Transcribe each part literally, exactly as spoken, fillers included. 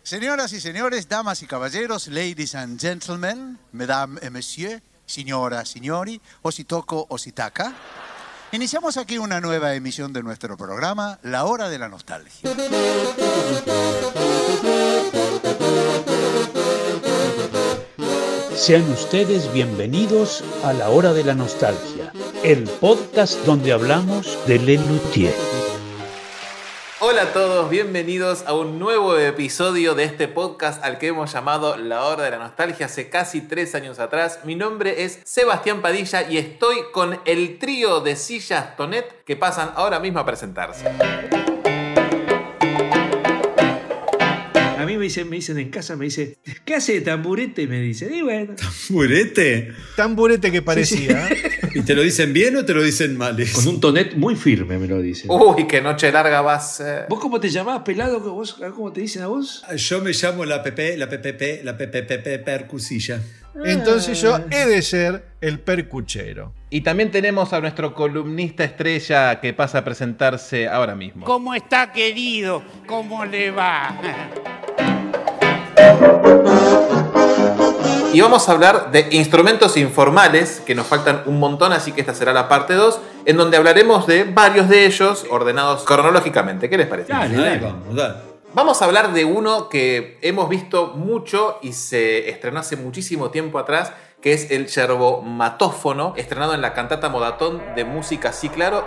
Señoras y señores, damas y caballeros, ladies and gentlemen, mesdames et messieurs, signora, signori, ositoco, ositaca. Iniciamos aquí una nueva emisión de nuestro programa, La Hora de la Nostalgia. Sean ustedes bienvenidos a La Hora de la Nostalgia, el podcast donde hablamos de Lelutier. Hola a todos, bienvenidos a un nuevo episodio de este podcast al que hemos llamado La Hora de la Nostalgia hace casi tres años atrás. Mi nombre es Sebastián Padilla y estoy con el trío de sillas Tonet que pasan ahora mismo a presentarse. A mí me dicen, me dicen en casa, me dicen, ¿qué hace tamburete? Me dicen, y bueno. ¿Tamburete? Tamburete que parecía. Sí. ¿Y te lo dicen bien o te lo dicen mal? Con un tonet muy firme me lo dicen. Uy, qué noche larga vas. Eh. ¿Vos cómo te llamás, pelado? ¿Vos, ¿Cómo te dicen a vos? Yo me llamo la Pepe, la Pepe, la Pepe, percusilla. Entonces yo he de ser el percuchero. Y también tenemos a nuestro columnista estrella que pasa a presentarse ahora mismo. ¿Cómo está, querido? ¿Cómo le va? Y vamos a hablar de instrumentos informales, que nos faltan un montón, así que esta será la parte dos, en donde hablaremos de varios de ellos ordenados cronológicamente. ¿Qué les parece? Dale, dale. Vamos, dale. Vamos a hablar de uno que hemos visto mucho y se estrenó hace muchísimo tiempo atrás, que es el yerbomatófono, estrenado en la cantata Modatón de música Sí Claro.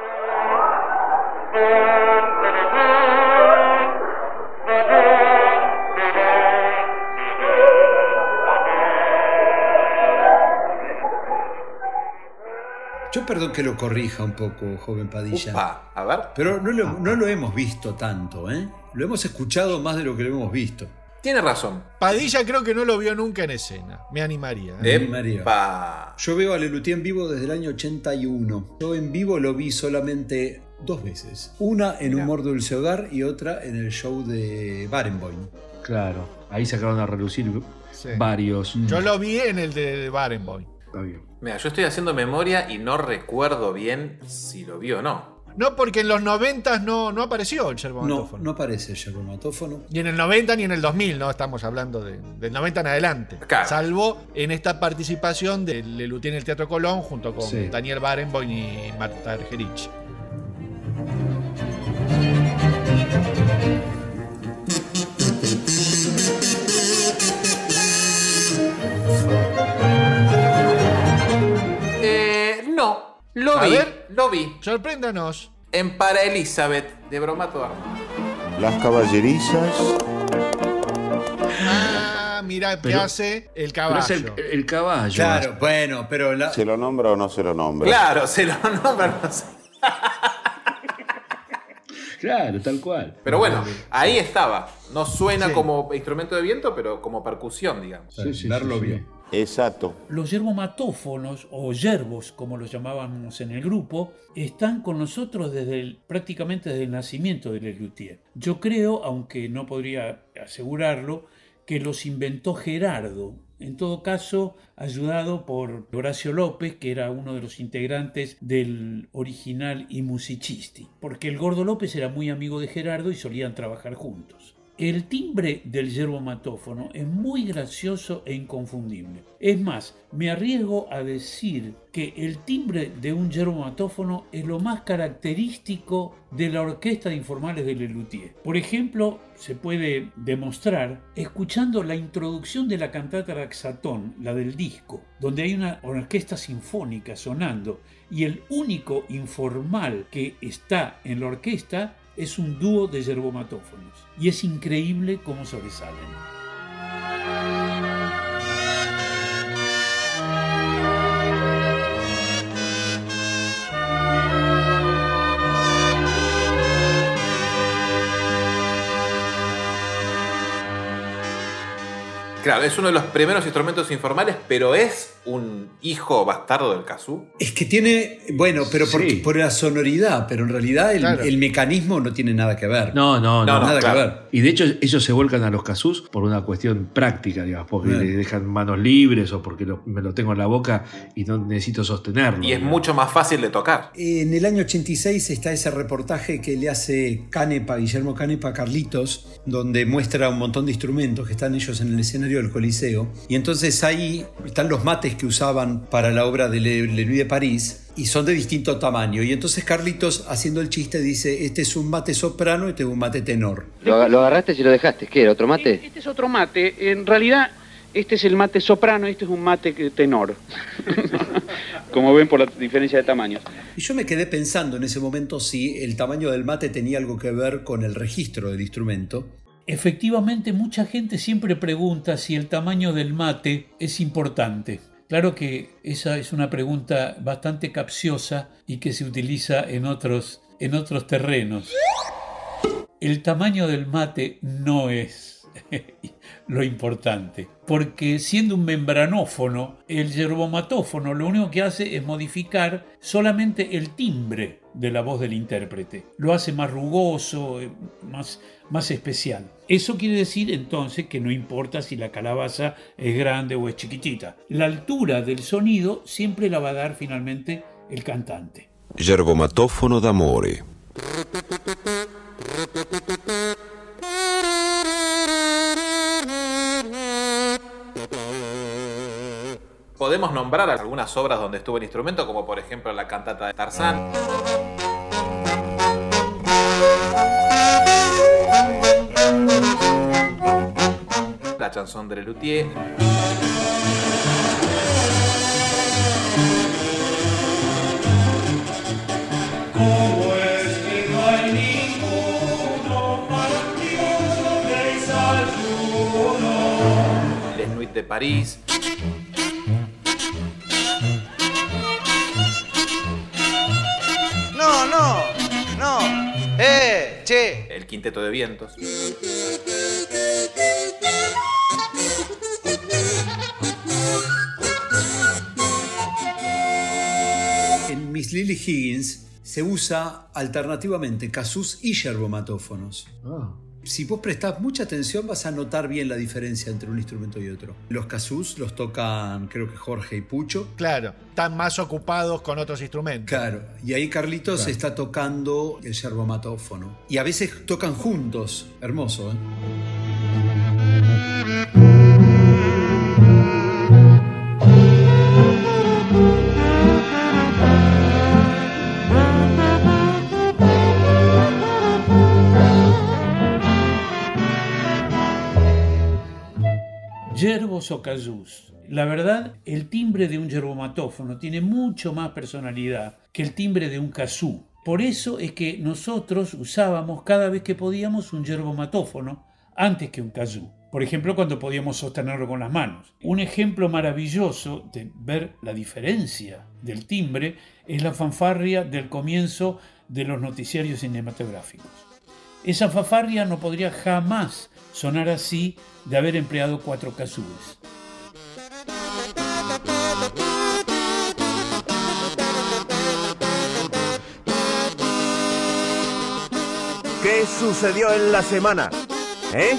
Yo perdón que lo corrija un poco, joven Padilla. Upa, a ver. Pero no lo, no lo hemos visto tanto, ¿eh? Lo hemos escuchado más de lo que lo hemos visto. Tiene razón. Padilla creo que no lo vio nunca en escena. Me animaría. ¿eh? Me animaría. Epa. Yo veo a Lelutier en vivo desde el año ochenta y uno. Yo en vivo lo vi solamente dos veces. Una en Mirá. Humor Dulce Hogar y otra en el show de Barenboim. Claro, ahí sacaron a relucir Sí. varios. Yo lo vi en el de Barenboim. Está bien. Mira, yo estoy haciendo memoria y no recuerdo bien si lo vi o no. No, porque en los noventas no, no apareció el No, yerbomatófono. no aparece el yerbomatófono. Y en el noventa ni en el dos mil, no estamos hablando de, del noventa en adelante. Claro. Salvo en esta participación de Lelutier en el Teatro Colón junto con Sí. Daniel Barenboim y Marta Argerich. Eh, no. Lo A vi. ver. Lo vi. Sorpréndanos. En Para Elizabeth, de Bromato Arma. Las caballerizas. Ah, mira qué Pero- hace el Pero caballo. es el, el caballo. Claro, bueno, pero la... ¿Se lo nombra o no se lo nombra? Claro, se lo nombran. No sé. Claro, tal cual. Pero bueno, ahí estaba. No suena Sí. como instrumento de viento, pero como percusión, digamos. Sí, sí, verlo sí, sí. bien. Exacto. Los yerbomatófonos, o yerbos, como los llamábamos en el grupo, están con nosotros desde el, prácticamente desde el nacimiento de Lelutier. Yo creo, aunque no podría asegurarlo, que los inventó Gerardo, en todo caso ayudado por Horacio López, que era uno de los integrantes del original I Musicisti, porque el Gordo López era muy amigo de Gerardo y solían trabajar juntos. El timbre del yerbomatófono es muy gracioso e inconfundible. Es más, me arriesgo a decir que el timbre de un yerbomatófono es lo más característico de la orquesta de informales de Lelutier. Por ejemplo, se puede demostrar escuchando la introducción de la cantata Raxatón, la del disco, donde hay una orquesta sinfónica sonando y el único informal que está en la orquesta es un dúo de yerbomatófonos y es increíble cómo sobresalen. Claro, es uno de los primeros instrumentos informales, pero es un hijo bastardo del kazoo. Es que tiene, bueno, pero por, Sí. por la sonoridad, pero en realidad el, Claro. el mecanismo no tiene nada que ver. No, no, no. No, no, nada claro. que ver. Y de hecho ellos se vuelcan a los kazús por una cuestión práctica, digamos, porque Bien. le dejan manos libres o porque lo- me lo tengo en la boca y no necesito sostenerlo. Y es digamos. mucho más fácil de tocar. En el año ochenta y seis está ese reportaje que le hace Canepa, Guillermo Canepa a Carlitos, donde muestra un montón de instrumentos que están ellos en el escenario del Coliseo. Y entonces ahí están los mates que usaban para la obra de Le, Le Nuit de París y son de distinto tamaño. Y entonces Carlitos, haciendo el chiste, dice, este es un mate soprano, este es un mate tenor. ¿Lo, aga- lo agarraste y lo dejaste? ¿Qué era? ¿Otro mate? Este es otro mate. En realidad, este es el mate soprano y este es un mate que- tenor. Como ven por la diferencia de tamaños. Y yo me quedé pensando en ese momento si el tamaño del mate tenía algo que ver con el registro del instrumento. Efectivamente, mucha gente siempre pregunta si el tamaño del mate es importante. Claro que esa es una pregunta bastante capciosa y que se utiliza en otros, en otros terrenos. El tamaño del mate no es lo importante, porque siendo un membranófono, el yerbomatófono lo único que hace es modificar solamente el timbre de la voz del intérprete. Lo hace más rugoso, eh, más, más especial. Eso quiere decir entonces que no importa si la calabaza es grande o es chiquitita. La altura del sonido siempre la va a dar finalmente el cantante. Yerbomatófono d'amore. Podemos nombrar algunas obras donde estuvo el instrumento, como por ejemplo la cantata de Tarzán. La chanson de Lelutier. Les Nuits de París. No, no, no. Eh, che. El Quinteto de Vientos. En Miss Lily Higgins se usa alternativamente kazús y yerbomatófonos. Ah. Si vos prestás mucha atención vas a notar bien la diferencia entre un instrumento y otro. Los kazús los tocan creo que Jorge y Pucho. Claro, están más ocupados con otros instrumentos. Claro, y ahí Carlitos Claro. está tocando el yerbomatófono. Y a veces tocan juntos. Hermoso, ¿eh? Yerbos o kazús. La verdad, el timbre de un yerbomatófono tiene mucho más personalidad que el timbre de un kazú. Por eso es que nosotros usábamos cada vez que podíamos un yerbomatófono antes que un kazú. Por ejemplo, cuando podíamos sostenerlo con las manos. Un ejemplo maravilloso de ver la diferencia del timbre es la fanfarria del comienzo de los noticiarios cinematográficos. Esa fanfarria no podría jamás sonar así de haber empleado cuatro kazúes. ¿Qué sucedió en la semana? ¿Eh?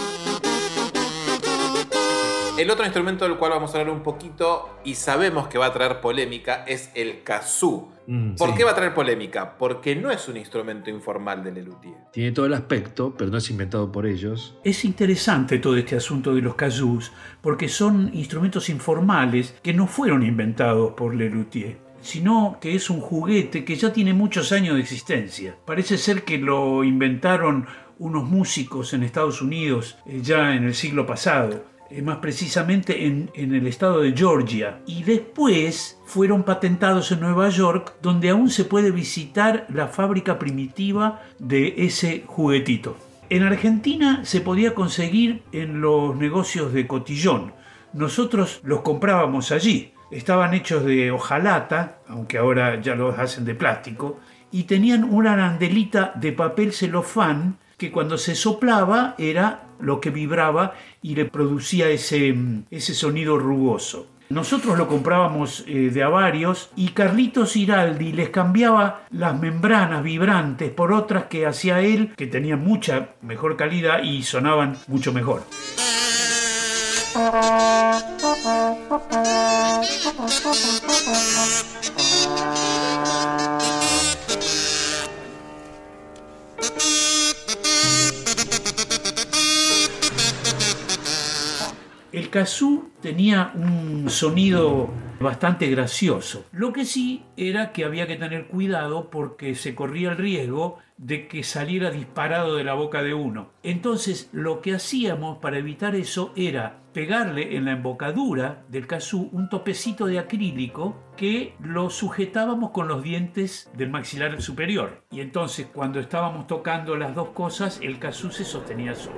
El otro instrumento del cual vamos a hablar un poquito y sabemos que va a traer polémica es el kazoo. Mm, ¿Por sí. qué va a traer polémica? Porque no es un instrumento informal de Lelutier. Tiene todo el aspecto, pero no es inventado por ellos. Es interesante todo este asunto de los kazús porque son instrumentos informales que no fueron inventados por Lelutier, sino que es un juguete que ya tiene muchos años de existencia. Parece ser que lo inventaron unos músicos en Estados Unidos eh, ya en el siglo pasado. Eh, más precisamente en, en el estado de Georgia, y después fueron patentados en Nueva York, donde aún se puede visitar la fábrica primitiva de ese juguetito. En Argentina se podía conseguir en los negocios de cotillón. Nosotros los comprábamos allí. Estaban hechos de hojalata, aunque ahora ya los hacen de plástico, y tenían una arandelita de papel celofán que cuando se soplaba era lo que vibraba y le producía ese, ese sonido rugoso. Nosotros lo comprábamos eh, de a varios y Carlitos Giraldi les cambiaba las membranas vibrantes por otras que hacía él, que tenían mucha mejor calidad y sonaban mucho mejor. El kazoo tenía un sonido bastante gracioso. Lo que sí era que había que tener cuidado porque se corría el riesgo de que saliera disparado de la boca de uno. Entonces lo que hacíamos para evitar eso era pegarle en la embocadura del kazoo un topecito de acrílico que lo sujetábamos con los dientes del maxilar superior. Y entonces cuando estábamos tocando las dos cosas, el kazoo se sostenía solo.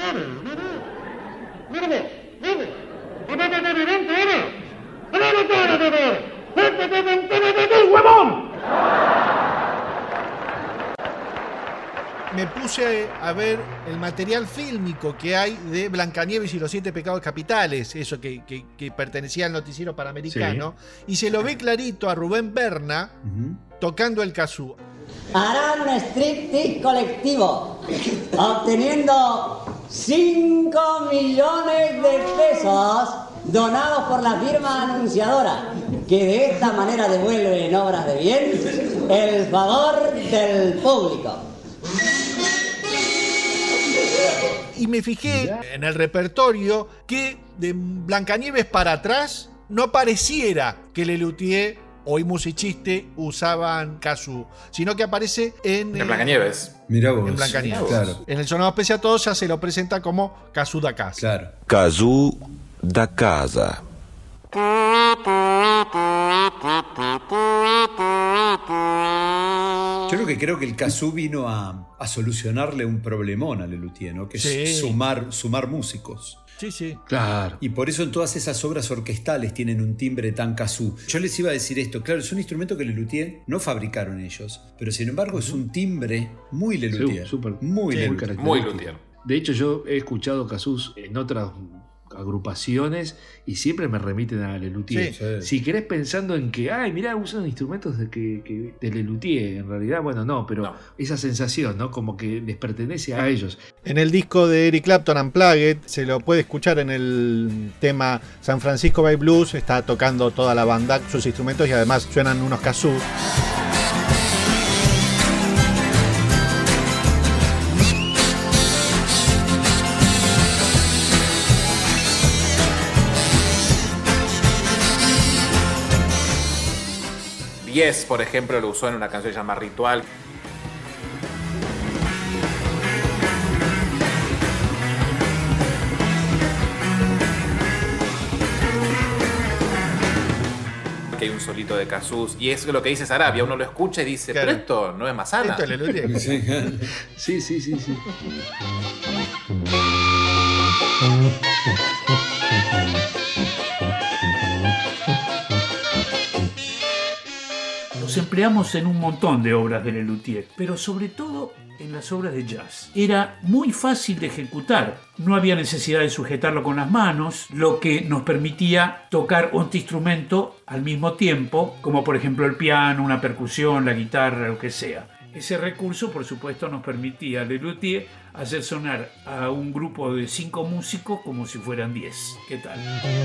Me puse a ver el material fílmico que hay de Blancanieves y los siete pecados capitales, eso que, que, que pertenecía al noticiero panamericano, sí. Y se lo ve clarito a Rubén Berna uh-huh. tocando el kazoo. Hará un striptease colectivo, obteniendo cinco millones de pesos donados por la firma anunciadora, que de esta manera devuelve en obras de bien el favor del público. Y me fijé Mirá. en el repertorio que de Blancanieves para atrás no pareciera que Lelutier o Musiciste usaban kazoo, sino que aparece en... En Blancanieves. Mirá vos. En Blancanieves. Claro. En el Sonado Especial Todos ya se lo presenta como kazoo da casa. Claro. Kazoo da casa. Yo lo que creo que el kazoo vino a, a solucionarle un problemón a Lelutier, ¿no? Que sí. es sumar, sumar músicos. Sí, sí. Claro. Y por eso en todas esas obras orquestales tienen un timbre tan kazoo. Yo les iba a decir esto, claro, es un instrumento que Lelutier no fabricaron ellos, pero sin embargo es un timbre muy Lelutier. Sí, super, muy sí, Lelutier. Muy Lelutier. De hecho, yo he escuchado kazoos en otras agrupaciones y siempre me remiten a Lelutier. Sí, sí. Si querés pensando en que, ay, mirá, usan instrumentos de, que, que, de Lelutier, en realidad, bueno, no, pero no. Esa sensación, ¿no? Como que les pertenece a ellos. En el disco de Eric Clapton Unplugged, se lo puede escuchar en el tema San Francisco by Blues, está tocando toda la banda sus instrumentos y además suenan unos kazoos. Yes, por ejemplo, lo usó en una canción llamada Ritual. Que hay un solito de kazoos. Y es lo que dice Sarabia. Uno lo escucha y dice, claro. Pero esto no es Masana. Esto es Lelutier. Sí, sí, sí, sí. Los empleamos en un montón de obras de Lelutier, pero sobre todo en las obras de jazz. Era muy fácil de ejecutar, no había necesidad de sujetarlo con las manos, lo que nos permitía tocar otro instrumento al mismo tiempo, como por ejemplo el piano, una percusión, la guitarra, lo que sea. Ese recurso, por supuesto, nos permitía a Lelutier hacer sonar a un grupo de cinco músicos como si fueran diez. ¿Qué tal?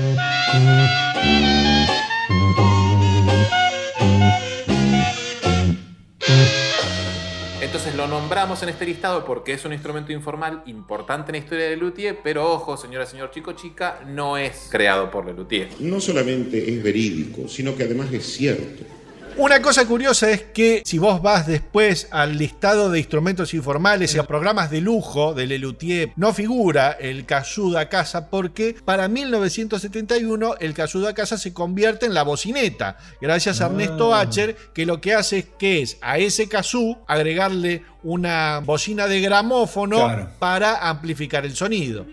Entonces lo nombramos en este listado porque es un instrumento informal importante en la historia de Lelutier, pero ojo, señora, señor, chico, chica, no es creado por Lelutier. No solamente es verídico, sino que además es cierto. Una cosa curiosa es que si vos vas después al listado de instrumentos informales y a programas de lujo de Lelutier, no figura el kazoo da casa porque para mil novecientos setenta y uno el kazoo da casa se convierte en la bocineta, gracias a Ernesto Acher, que lo que hace es que es a ese kazoo agregarle una bocina de gramófono, claro, para amplificar el sonido.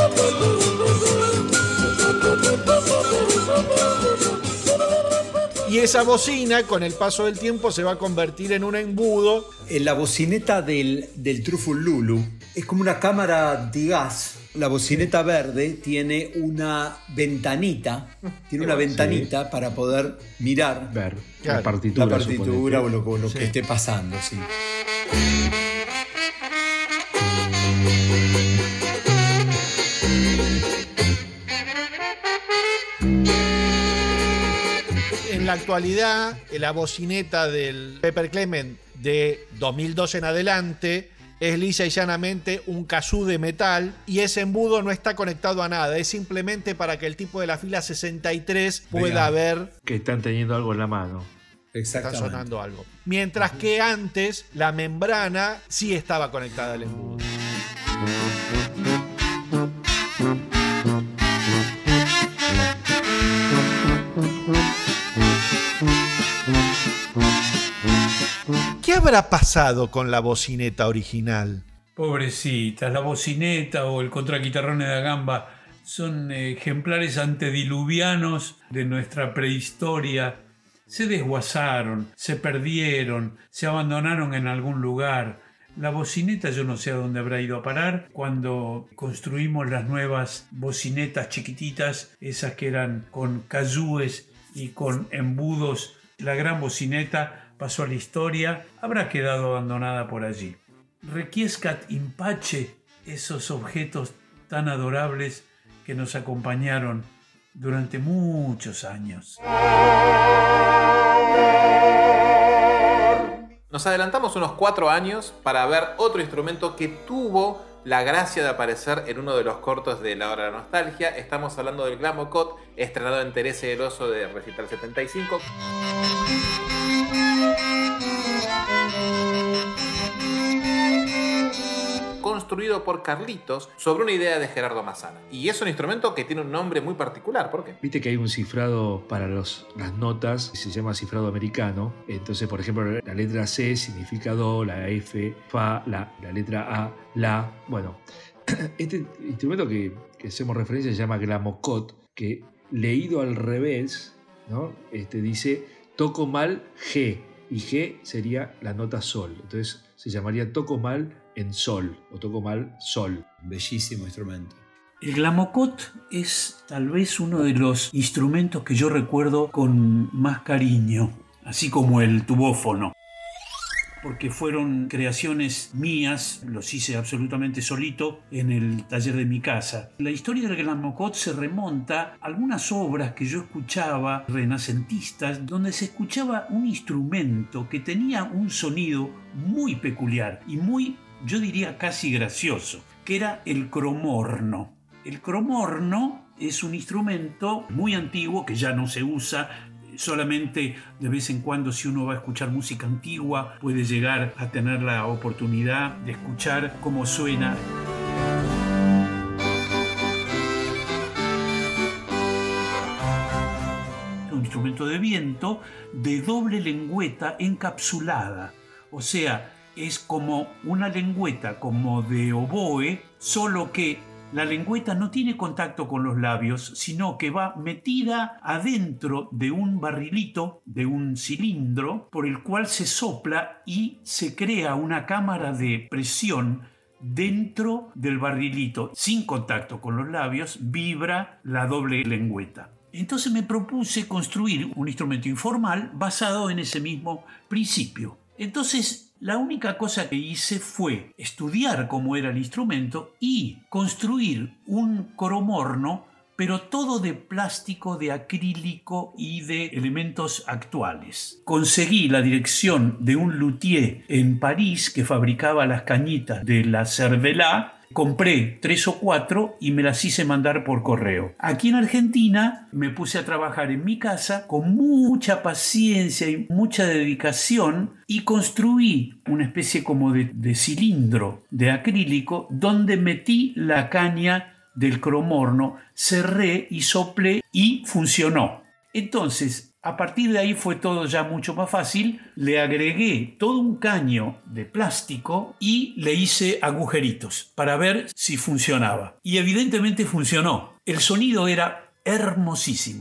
Y Y esa bocina, con el paso del tiempo, se va a convertir en un embudo. En la bocineta del, del Truful Lulu es como una cámara de gas. La bocineta verde tiene una ventanita, tiene una ventanita sí. para poder mirar ver claro, la partitura, la partitura o lo, o lo sí. que esté pasando. Sí. En la actualidad, la bocineta del Pepper Clement de dos mil dos en adelante es lisa y llanamente un kazoo de metal y ese embudo no está conectado a nada, es simplemente para que el tipo de la fila sesenta y tres pueda Vean. ver que están teniendo algo en la mano. Está sonando algo. Mientras que antes la membrana sí estaba conectada al embudo. ¿Qué habrá pasado con la bocineta original? Pobrecita, la bocineta o el contraguitarrone da gamba son ejemplares antediluvianos de nuestra prehistoria. Se desguazaron, se perdieron, se abandonaron en algún lugar. La bocineta yo no sé a dónde habrá ido a parar cuando construimos las nuevas bocinetas chiquititas, esas que eran con kazooes y con embudos. La gran bocineta pasó a la historia, habrá quedado abandonada por allí. Requiescat in pace, esos objetos tan adorables que nos acompañaron durante muchos años. Nos adelantamos unos cuatro años para ver otro instrumento que tuvo la gracia de aparecer en uno de los cortos de La Hora de la Nostalgia. Estamos hablando del Glamocot, estrenado en Teresa y el Oso de Recital setenta y cinco. Construido por Carlitos sobre una idea de Gerardo Massana. Y es un instrumento que tiene un nombre muy particular. ¿Por qué? Viste que hay un cifrado para los, las notas, se llama cifrado americano. Entonces, por ejemplo, la letra C significa do, la F, fa, la, la letra A, la. Bueno, este instrumento que, que hacemos referencia se llama Glamocot, que leído al revés, ¿no? Este, dice toco mal G, y G sería la nota sol. Entonces se llamaría toco mal en sol o toco mal sol. Bellísimo instrumento. El Glamocot es tal vez uno de los instrumentos que yo recuerdo con más cariño, así como el tubófono, porque fueron creaciones mías, los hice absolutamente solito en el taller de mi casa. La historia del Glamocot se remonta a algunas obras que yo escuchaba, renacentistas, donde se escuchaba un instrumento que tenía un sonido muy peculiar y muy, yo diría casi gracioso, que era el cromorno. El cromorno es un instrumento muy antiguo que ya no se usa. Solamente de vez en cuando, si uno va a escuchar música antigua, puede llegar a tener la oportunidad de escuchar cómo suena. Un instrumento de viento de doble lengüeta encapsulada. O sea, es como una lengüeta como de oboe, solo que la lengüeta no tiene contacto con los labios, sino que va metida adentro de un barrilito, de un cilindro, por el cual se sopla y se crea una cámara de presión dentro del barrilito. Sin contacto con los labios, vibra la doble lengüeta. Entonces me propuse construir un instrumento informal basado en ese mismo principio. Entonces, la única cosa que hice fue estudiar cómo era el instrumento y construir un cromorno, pero todo de plástico, de acrílico y de elementos actuales. Conseguí la dirección de un luthier en París que fabricaba las cañitas de la Cervelat. Compré tres o cuatro y me las hice mandar por correo. Aquí en Argentina me puse a trabajar en mi casa con mucha paciencia y mucha dedicación y construí una especie como de, de cilindro de acrílico donde metí la caña del cromorno, cerré y soplé y funcionó. Entonces, a partir de ahí fue todo ya mucho más fácil. Le agregué todo un caño de plástico y le hice agujeritos para ver si funcionaba. Y evidentemente funcionó. El sonido era hermosísimo.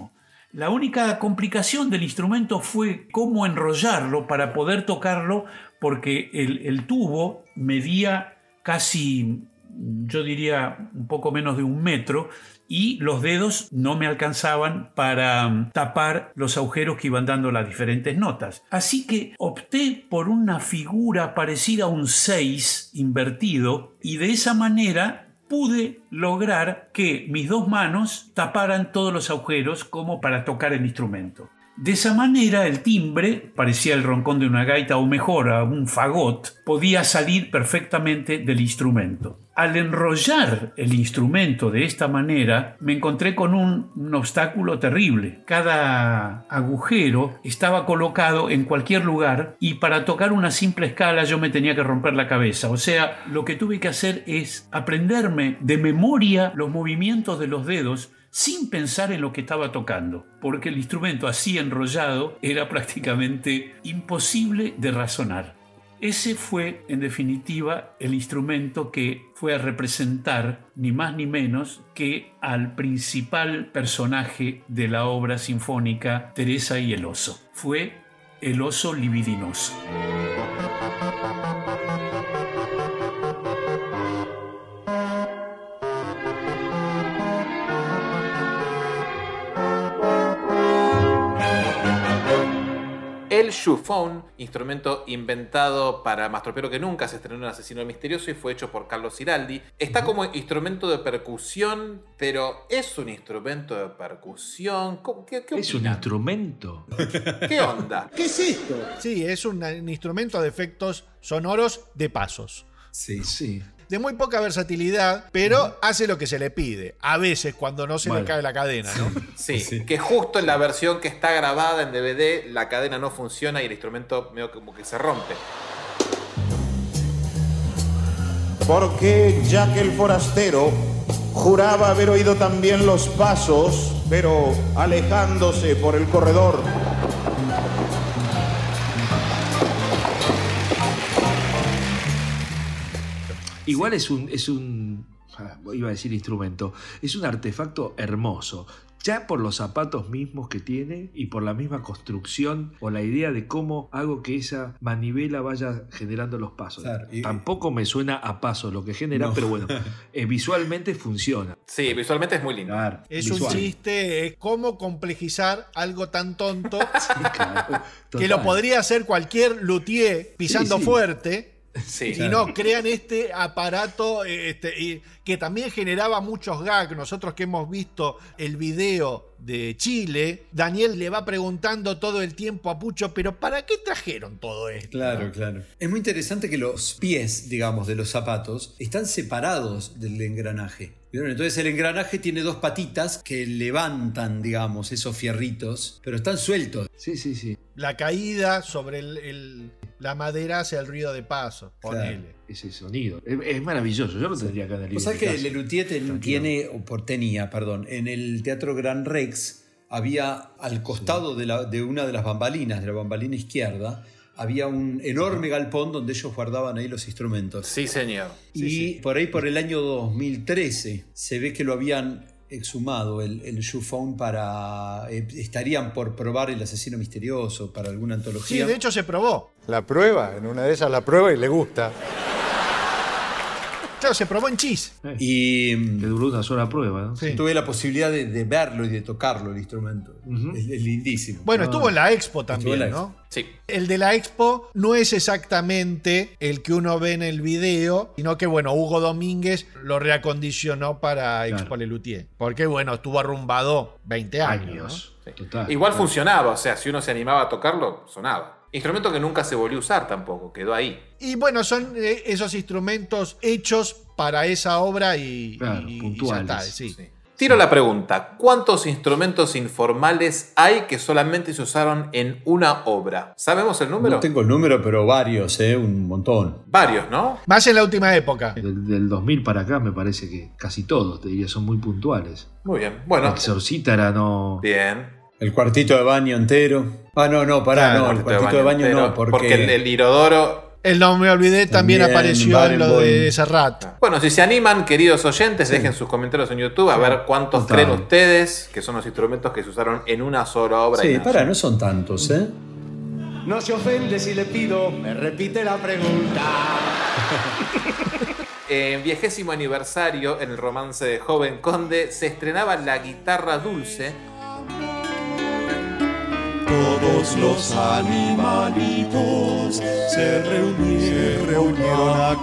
La única complicación del instrumento fue cómo enrollarlo para poder tocarlo, porque el, el tubo medía casi, yo diría, un poco menos de un metro, y los dedos no me alcanzaban para tapar los agujeros que iban dando las diferentes notas. Así que opté por una figura parecida a un seis invertido, y de esa manera pude lograr que mis dos manos taparan todos los agujeros como para tocar el instrumento. De esa manera el timbre, parecía el roncón de una gaita o mejor a un fagot, podía salir perfectamente del instrumento. Al enrollar el instrumento de esta manera, me encontré con un, un obstáculo terrible. Cada agujero estaba colocado en cualquier lugar y para tocar una simple escala yo me tenía que romper la cabeza. O sea, lo que tuve que hacer es aprenderme de memoria los movimientos de los dedos sin pensar en lo que estaba tocando, porque el instrumento así enrollado era prácticamente imposible de razonar. Ese fue, en definitiva, el instrumento que fue a representar ni más ni menos que al principal personaje de la obra sinfónica Teresa y el oso. Fue el oso libidinoso. El shoephone, instrumento inventado para más tropero que nunca, se estrenó en Asesino Misterioso y fue hecho por Carlos Ciraldi. Está como instrumento de percusión, pero ¿es un instrumento de percusión? ¿Qué, qué ¿Es un instrumento? ¿Qué onda? ¿Qué es esto? Sí, es un, un instrumento de efectos sonoros de pasos. Sí, sí. De muy poca versatilidad, pero uh-huh. hace lo que se le pide. A veces, cuando no se vale. le cae la cadena, ¿no? Sí, sí, que justo en la versión que está grabada en D V D, la cadena no funciona y el instrumento medio como que se rompe. Porque Jack el forastero juraba haber oído también los pasos, pero alejándose por el corredor. Igual es un, es un, iba a decir instrumento, es un artefacto hermoso, ya por los zapatos mismos que tiene y por la misma construcción o la idea de cómo hago que esa manivela vaya generando los pasos. Claro, y... Tampoco me suena a pasos lo que genera, no. pero bueno, eh, visualmente funciona. Sí, visualmente es muy lindo. Claro, es visual. Un chiste, es cómo complejizar algo tan tonto sí, claro, que lo podría hacer cualquier luthier pisando sí, sí. fuerte. Sí, y claro. no, crean este aparato este, y, que también generaba muchos gags. Nosotros que hemos visto el video de Chile, Daniel le va preguntando todo el tiempo a Pucho, pero ¿para qué trajeron todo esto? Claro, claro. Es muy interesante que los pies, digamos, de los zapatos están separados del engranaje. ¿Vieron? Entonces el engranaje tiene dos patitas que levantan, digamos, esos fierritos, pero están sueltos. Sí, sí, sí. La caída sobre el, el, la madera hace el ruido de paso. Ponele. Claro. Ese sonido. Es, es maravilloso. Yo lo tendría acá en el libro. ¿Vos sabés que Lelutier ten, tiene, o por tenía, perdón, en el Teatro Gran Rex había al costado sí. de, la, de una de las bambalinas, de la bambalina izquierda, había un enorme galpón donde ellos guardaban ahí los instrumentos. Sí, señor. Y sí, sí. por ahí, por el año dos mil trece, se ve que lo habían exhumado, el, el shoephone, para... Eh, estarían por probar El Asesino Misterioso para alguna antología. Sí, de hecho se probó. La prueba, en una de esas la prueba y le gusta. Claro, se probó en Chis. Y que duró una sola prueba, ¿no? Sí. Tuve la posibilidad de, de verlo y de tocarlo, el instrumento. Uh-huh. es, es lindísimo. Bueno, estuvo en la Expo también, la ¿no? Sí. El de la Expo no es exactamente el que uno ve en el video, sino que, bueno, Hugo Domínguez lo reacondicionó para claro. Expo Lelutier. Porque, bueno, estuvo arrumbado veinte años. ¿no? Sí. Total, Igual total. funcionaba, o sea, si uno se animaba a tocarlo, sonaba. Instrumento que nunca se volvió a usar tampoco, quedó ahí. Y bueno, son esos instrumentos hechos para esa obra y, claro, y, puntuales. y ya está, sí. Sí. Tiro la pregunta, ¿cuántos instrumentos informales hay que solamente se usaron en una obra? ¿Sabemos el número? No tengo el número, pero varios, ¿eh? Un montón. Varios, ¿no? Más en la última época. Del, del dos mil para acá me parece que casi todos, te diría, son muy puntuales. Muy bien, bueno. El Exorcítara no... Bien. El cuartito de baño entero. Ah, no, no, pará, claro, no, el cuartito de baño, de baño no, porque... Porque el, el Irodoro... El No Me Olvidé también, también apareció en lo de Serrat. Bueno, si se animan, queridos oyentes, sí. dejen sus comentarios en YouTube a sí. ver cuántos Total. creen ustedes que son los instrumentos que se usaron en una sola obra. Sí, para, no son tantos, ¿eh? No se ofende si le pido, me repite la pregunta. En vigésimo aniversario, en el romance de Joven Conde, se estrenaba La Guitarra Dulce. Todos los animalitos se reunieron, se reunieron a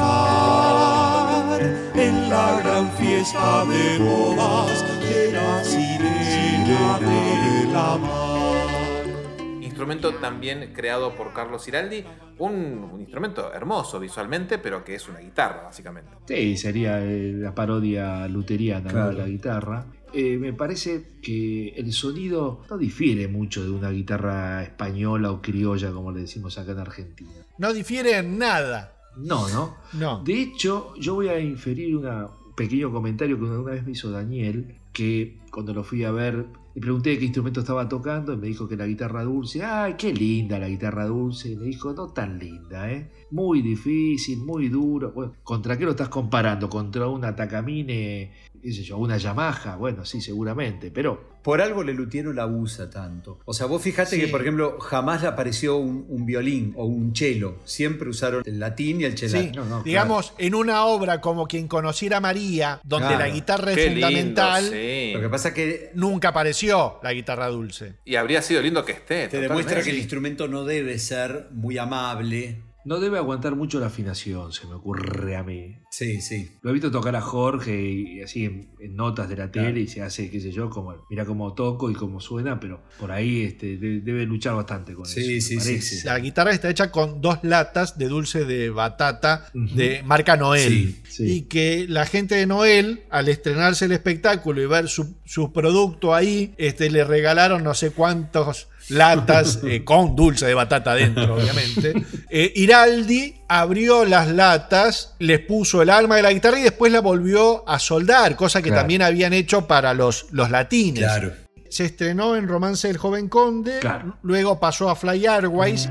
cantar en la gran fiesta de bodas de la sirena de la mar. Instrumento también creado por Carlos Ciraldi, un, un instrumento hermoso visualmente, pero que es una guitarra, básicamente. Sí, sería la parodia luteriana, claro, ¿no?, de la guitarra. Eh, me parece que el sonido no difiere mucho de una guitarra española o criolla, como le decimos acá en Argentina. No difiere en nada. No, no. No. De hecho, yo voy a inferir una, un pequeño comentario que una vez me hizo Daniel, que cuando lo fui a ver, le pregunté qué instrumento estaba tocando y me dijo que la guitarra dulce. ¡Ay, qué linda la guitarra dulce! Y me dijo, no tan linda, ¿eh? Muy difícil, muy duro. Bueno, ¿contra qué lo estás comparando? ¿Contra una Takamine, qué sé yo, una Yamaha? Bueno, sí, seguramente, pero... Por algo Lelutiero la usa tanto. O sea, vos fijate Sí. que, por ejemplo, jamás le apareció un, un violín o un cello. Siempre usaron el latín y el cello. Sí, No, no, digamos, claro, en una obra como Quien conociera a María, donde Claro. la guitarra es Qué fundamental, lindo, sí. Lo que pasa es que nunca apareció la guitarra dulce. Y habría sido lindo que esté. te totalmente. demuestra que el instrumento no debe ser muy amable. No debe aguantar mucho la afinación, se me ocurre a mí. Sí, sí. Lo he visto tocar a Jorge y así en, en notas de la tele, Claro. y se hace, qué sé yo, como mira cómo toco y cómo suena, pero por ahí este, de- debe luchar bastante con Sí, eso. sí, me sí, parece. sí. La guitarra está hecha con dos latas de dulce de batata de marca Noel. Sí, sí. Y que la gente de Noel, al estrenarse el espectáculo y ver su, su producto ahí, este, le regalaron no sé cuántos latas eh, con dulce de batata dentro, obviamente. Eh, Iraldi abrió las latas, les puso el alma de la guitarra y después la volvió a soldar, cosa que Claro. también habían hecho para los, los latines. Claro. Se estrenó en Romance del Joven Conde, Claro. luego pasó a Fly Airways,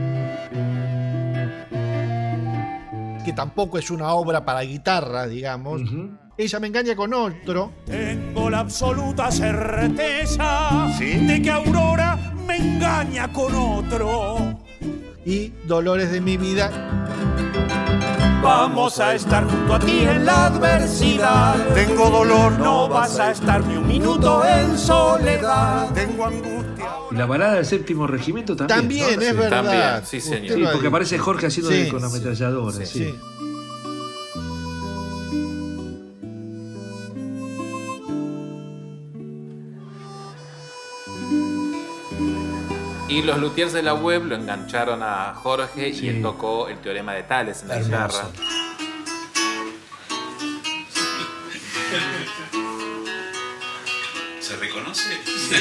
que tampoco es una obra para guitarra, digamos. Ujú. Ella me engaña con otro. Tengo la absoluta certeza de que Aurora me engaña con otro. Y Dolores de mi vida. Vamos a estar junto a ti en la adversidad. Tengo dolor, no vas a estar ni un minuto en soledad. Tengo angustia. Y la balada del séptimo regimiento también. También, ¿no? es Sí. verdad. También, sí, Usted señor. Sí, lo ha porque dicho. aparece Jorge haciendo Sí, con la sí. ametralladora. Sí, Sí. Sí. Y los luthiers de la web lo engancharon a Jorge Sí. y él tocó el teorema de Tales en la Hermoso. guitarra. ¿Se reconoce?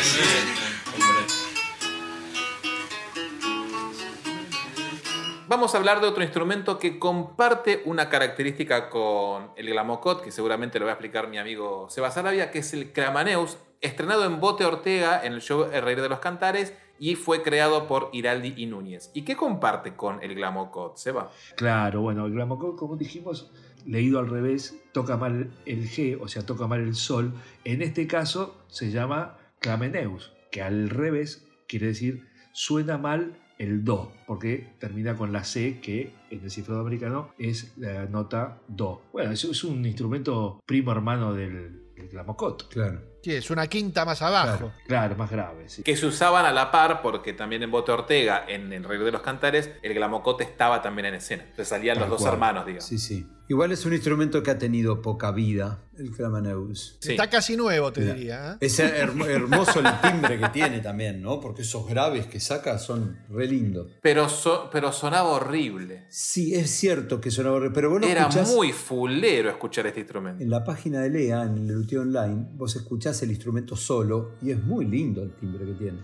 Vamos a hablar de otro instrumento que comparte una característica con el glamocot, que seguramente lo va a explicar mi amigo Seba Sarabia, que es el clamaneus, estrenado en Bote Ortega en el show El Rey de los Cantares y fue creado por Iraldi y Núñez. ¿Y qué comparte con el glamocot, Seba? Claro, bueno, el glamocot, como dijimos, leído al revés, toca mal el G, o sea, toca mal el sol. En este caso se llama clameneus, que al revés quiere decir suena mal el do, porque termina con la C, que en el cifrado americano es la nota do. Bueno, eso es un instrumento primo hermano del, del glamocot. Claro. Sí, es una quinta más abajo. Claro. Claro, más grave, sí. Que se usaban a la par, porque también en Bote Ortega, en el Rey de los Cantares, el glamocot estaba también en escena. Entonces salían Tal los dos cual. hermanos, digamos. Sí, sí. Igual es un instrumento que ha tenido poca vida, el clamaneus. Sí. Está casi nuevo, te Mira. diría. ¿eh? Es hermo- hermoso el timbre que tiene también, ¿no? Porque esos graves que saca son re lindos. Pero, so- pero sonaba horrible. Sí, es cierto que sonaba re... Pero vos lo Era escuchás muy fulero escuchar este instrumento. en la página de Lea, en el Lelutier Online, vos escuchás el instrumento solo y es muy lindo el timbre que tiene.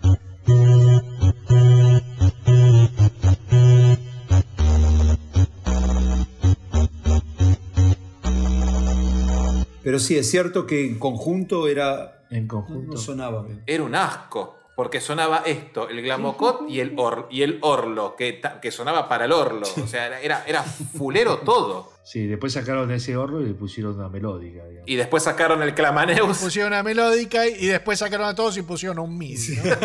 Pero sí, es cierto que en conjunto era... En No, conjunto. no sonaba bien. Era un asco. porque sonaba esto, el glamocot y el, or, y el orlo, que, que sonaba para el orlo. O sea, era, era fulero todo. Sí, después sacaron ese orlo y le pusieron una melódica, digamos. Y después sacaron el Clamaneus. Pusieron una melódica y después sacaron a todos y pusieron un MIDI, ¿no?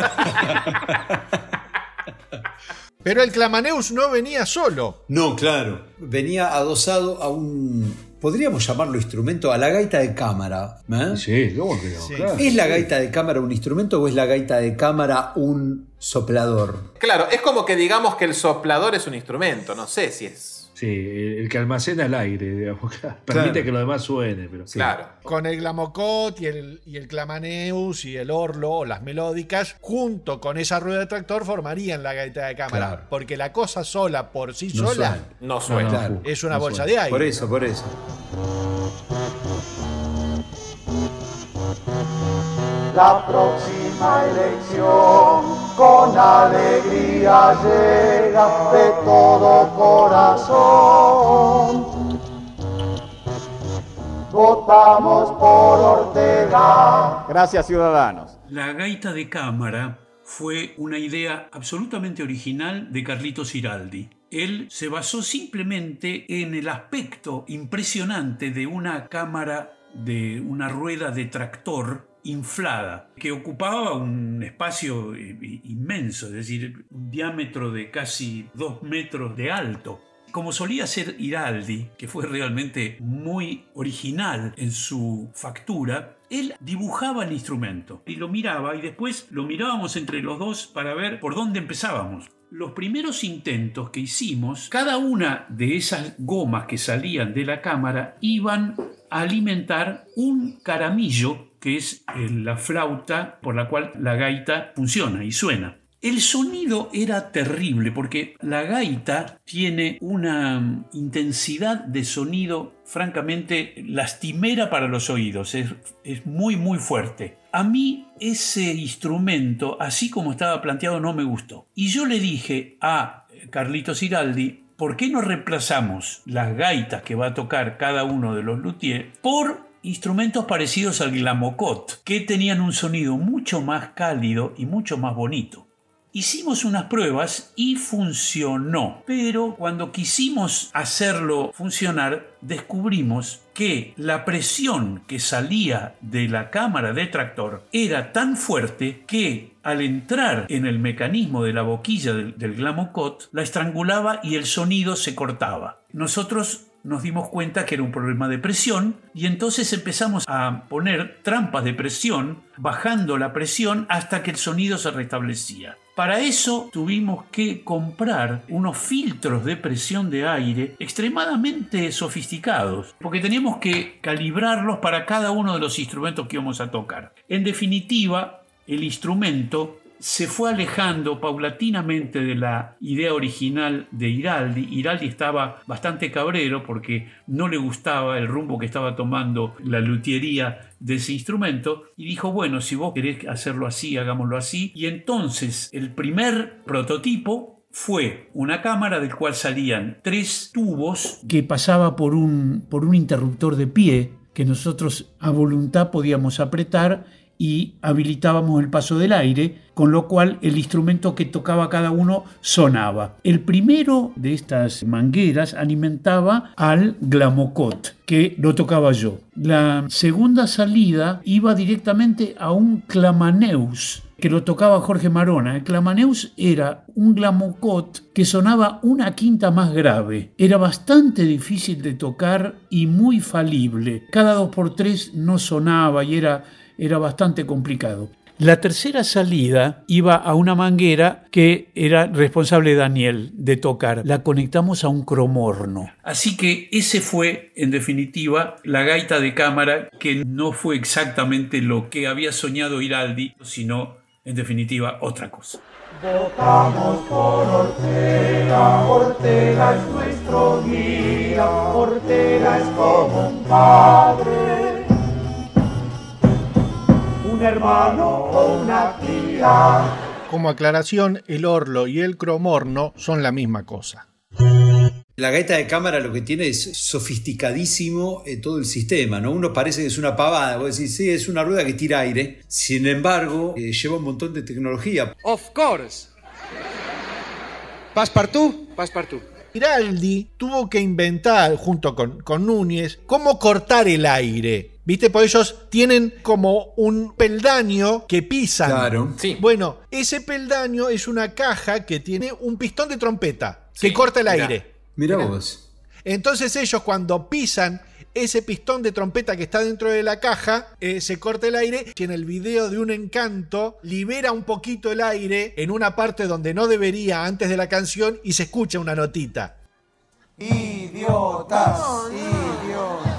Pero el Clamaneus no venía solo. No, claro. Venía adosado a un... podríamos llamarlo instrumento, a la gaita de cámara. ¿eh? Sí, ¿cómo que no? Sí. Claro. ¿Es la gaita de cámara un instrumento o es la gaita de cámara un soplador? Claro, es como que digamos que el soplador es un instrumento. No sé si es... Sí, el que almacena el aire, digamos. Permite claro. que lo demás suene. Pero sí. Claro. Con el glamocot y el, y el clamaneus y el orlo, o las melódicas, junto con esa rueda de tractor formarían la gaita de cámara. Claro. Porque la cosa sola, por sí no sola, suena. no suena. No, no, es una no bolsa suena. de aire. Por eso, ¿no? por eso. La próxima elección con alegría llega de todo corazón. Votamos por Ortega. Gracias, ciudadanos. La gaita de cámara fue una idea absolutamente original de Carlitos Giraldi. Él se basó simplemente en el aspecto impresionante de una cámara, de una rueda de tractor inflada, que ocupaba un espacio inmenso, es decir, un diámetro de casi dos metros de alto. Como solía ser Giraldi, que fue realmente muy original en su factura, él dibujaba el instrumento y lo miraba, y después lo mirábamos entre los dos para ver por dónde empezábamos. Los primeros intentos que hicimos, cada una de esas gomas que salían de la cámara iban a alimentar un caramillo, que es la flauta por la cual la gaita funciona y suena. El sonido era terrible porque la gaita tiene una intensidad de sonido francamente lastimera para los oídos, es, es muy muy fuerte. A mí ese instrumento, así como estaba planteado, no me gustó. Y yo le dije a Carlitos Giraldi, ¿por qué no reemplazamos las gaitas que va a tocar cada uno de los luthiers por instrumentos parecidos al glamocot, que tenían un sonido mucho más cálido y mucho más bonito? Hicimos unas pruebas y funcionó, pero cuando quisimos hacerlo funcionar, descubrimos que la presión que salía de la cámara de tractor era tan fuerte que al entrar en el mecanismo de la boquilla del, del glamocot, la estrangulaba y el sonido se cortaba. Nosotros nos dimos cuenta que era un problema de presión y entonces empezamos a poner trampas de presión, bajando la presión hasta que el sonido se restablecía. Para eso tuvimos que comprar unos filtros de presión de aire extremadamente sofisticados, porque teníamos que calibrarlos para cada uno de los instrumentos que íbamos a tocar. En definitiva, el instrumento se fue alejando paulatinamente de la idea original de Giraldi. Giraldi estaba bastante cabrero porque no le gustaba el rumbo que estaba tomando la luthiería de ese instrumento y dijo, bueno, si vos querés hacerlo así, hagámoslo así. Y entonces el primer prototipo fue una cámara del cual salían tres tubos que pasaba por un, por un interruptor de pie que nosotros a voluntad podíamos apretar y habilitábamos el paso del aire, con lo cual el instrumento que tocaba cada uno sonaba. El primero de estas mangueras alimentaba al glamocot, que lo tocaba yo. La segunda salida iba directamente a un clamaneus, que lo tocaba Jorge Marona. El clamaneus era un glamocot que sonaba una quinta más grave. Era bastante difícil de tocar y muy falible. Cada dos por tres no sonaba y era... era bastante complicado. La tercera salida iba a una manguera que era responsable Daniel de tocar. La conectamos a un cromorno. Así que ese fue, en definitiva, la gaita de cámara, que no fue exactamente lo que había soñado Giraldi, sino, en definitiva, otra cosa. Votamos por Ortega, Ortega es nuestro guía, Ortega es como un padre, un hermano o una tía. Como aclaración, el orlo y el cromorno son la misma cosa. La gaita de cámara lo que tiene es sofisticadísimo eh, todo el sistema, ¿no? Uno parece que es una pavada, vos decís, sí, es una rueda que tira aire. Sin embargo, eh, lleva un montón de tecnología. Of course. Passepartout, passepartout. Giraldi tuvo que inventar, junto con, con Núñez, cómo cortar el aire. ¿Viste? Por ellos tienen como un peldaño que pisan. Claro. Sí. Bueno, ese peldaño es una caja que tiene un pistón de trompeta Sí, que corta el mirá. aire. Mirá vos. Entonces ellos cuando pisan ese pistón de trompeta que está dentro de la caja, eh, se corta el aire y en el video de Un Encanto libera un poquito el aire en una parte donde no debería antes de la canción y se escucha una notita. Idiotas, idiotas.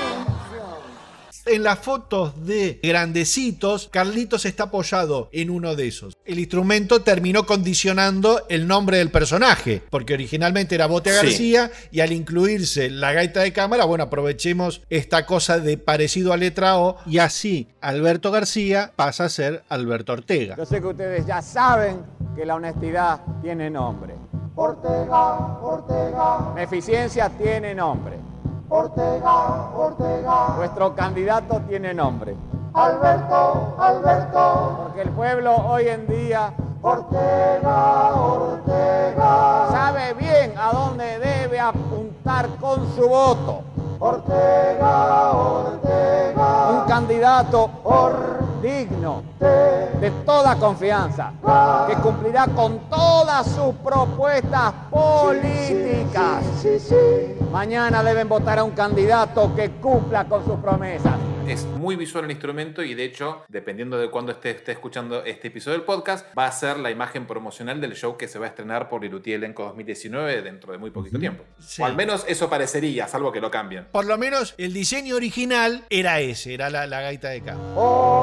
En las fotos de grandecitos, Carlitos está apoyado en uno de esos. El instrumento terminó condicionando el nombre del personaje, porque originalmente era Bote Sí. García, y al incluirse la gaita de cámara, bueno, aprovechemos esta cosa de parecido a letra O, y así Alberto García pasa a ser Alberto Ortega. Yo sé que ustedes ya saben que la honestidad tiene nombre. Ortega, Ortega, La eficiencia tiene nombre. Ortega, Ortega, Nuestro candidato tiene nombre. Alberto, Alberto, Porque el pueblo hoy en día Ortega, Ortega, sabe bien a dónde debe apuntar con su voto. Ortega, Ortega, Un candidato digno de toda confianza, que cumplirá con todas sus propuestas políticas. Sí, sí, sí, sí. Mañana deben votar a un candidato que cumpla con sus promesas. Es muy visual el instrumento y de hecho, dependiendo de cuándo esté, esté escuchando este episodio del podcast, va a ser la imagen promocional del show que se va a estrenar por Lelutier Elenco dos mil diecinueve dentro de muy poquito tiempo. Sí. O al menos eso parecería, salvo que lo cambien. Por lo menos el diseño original era ese, era la, la gaita de cámara.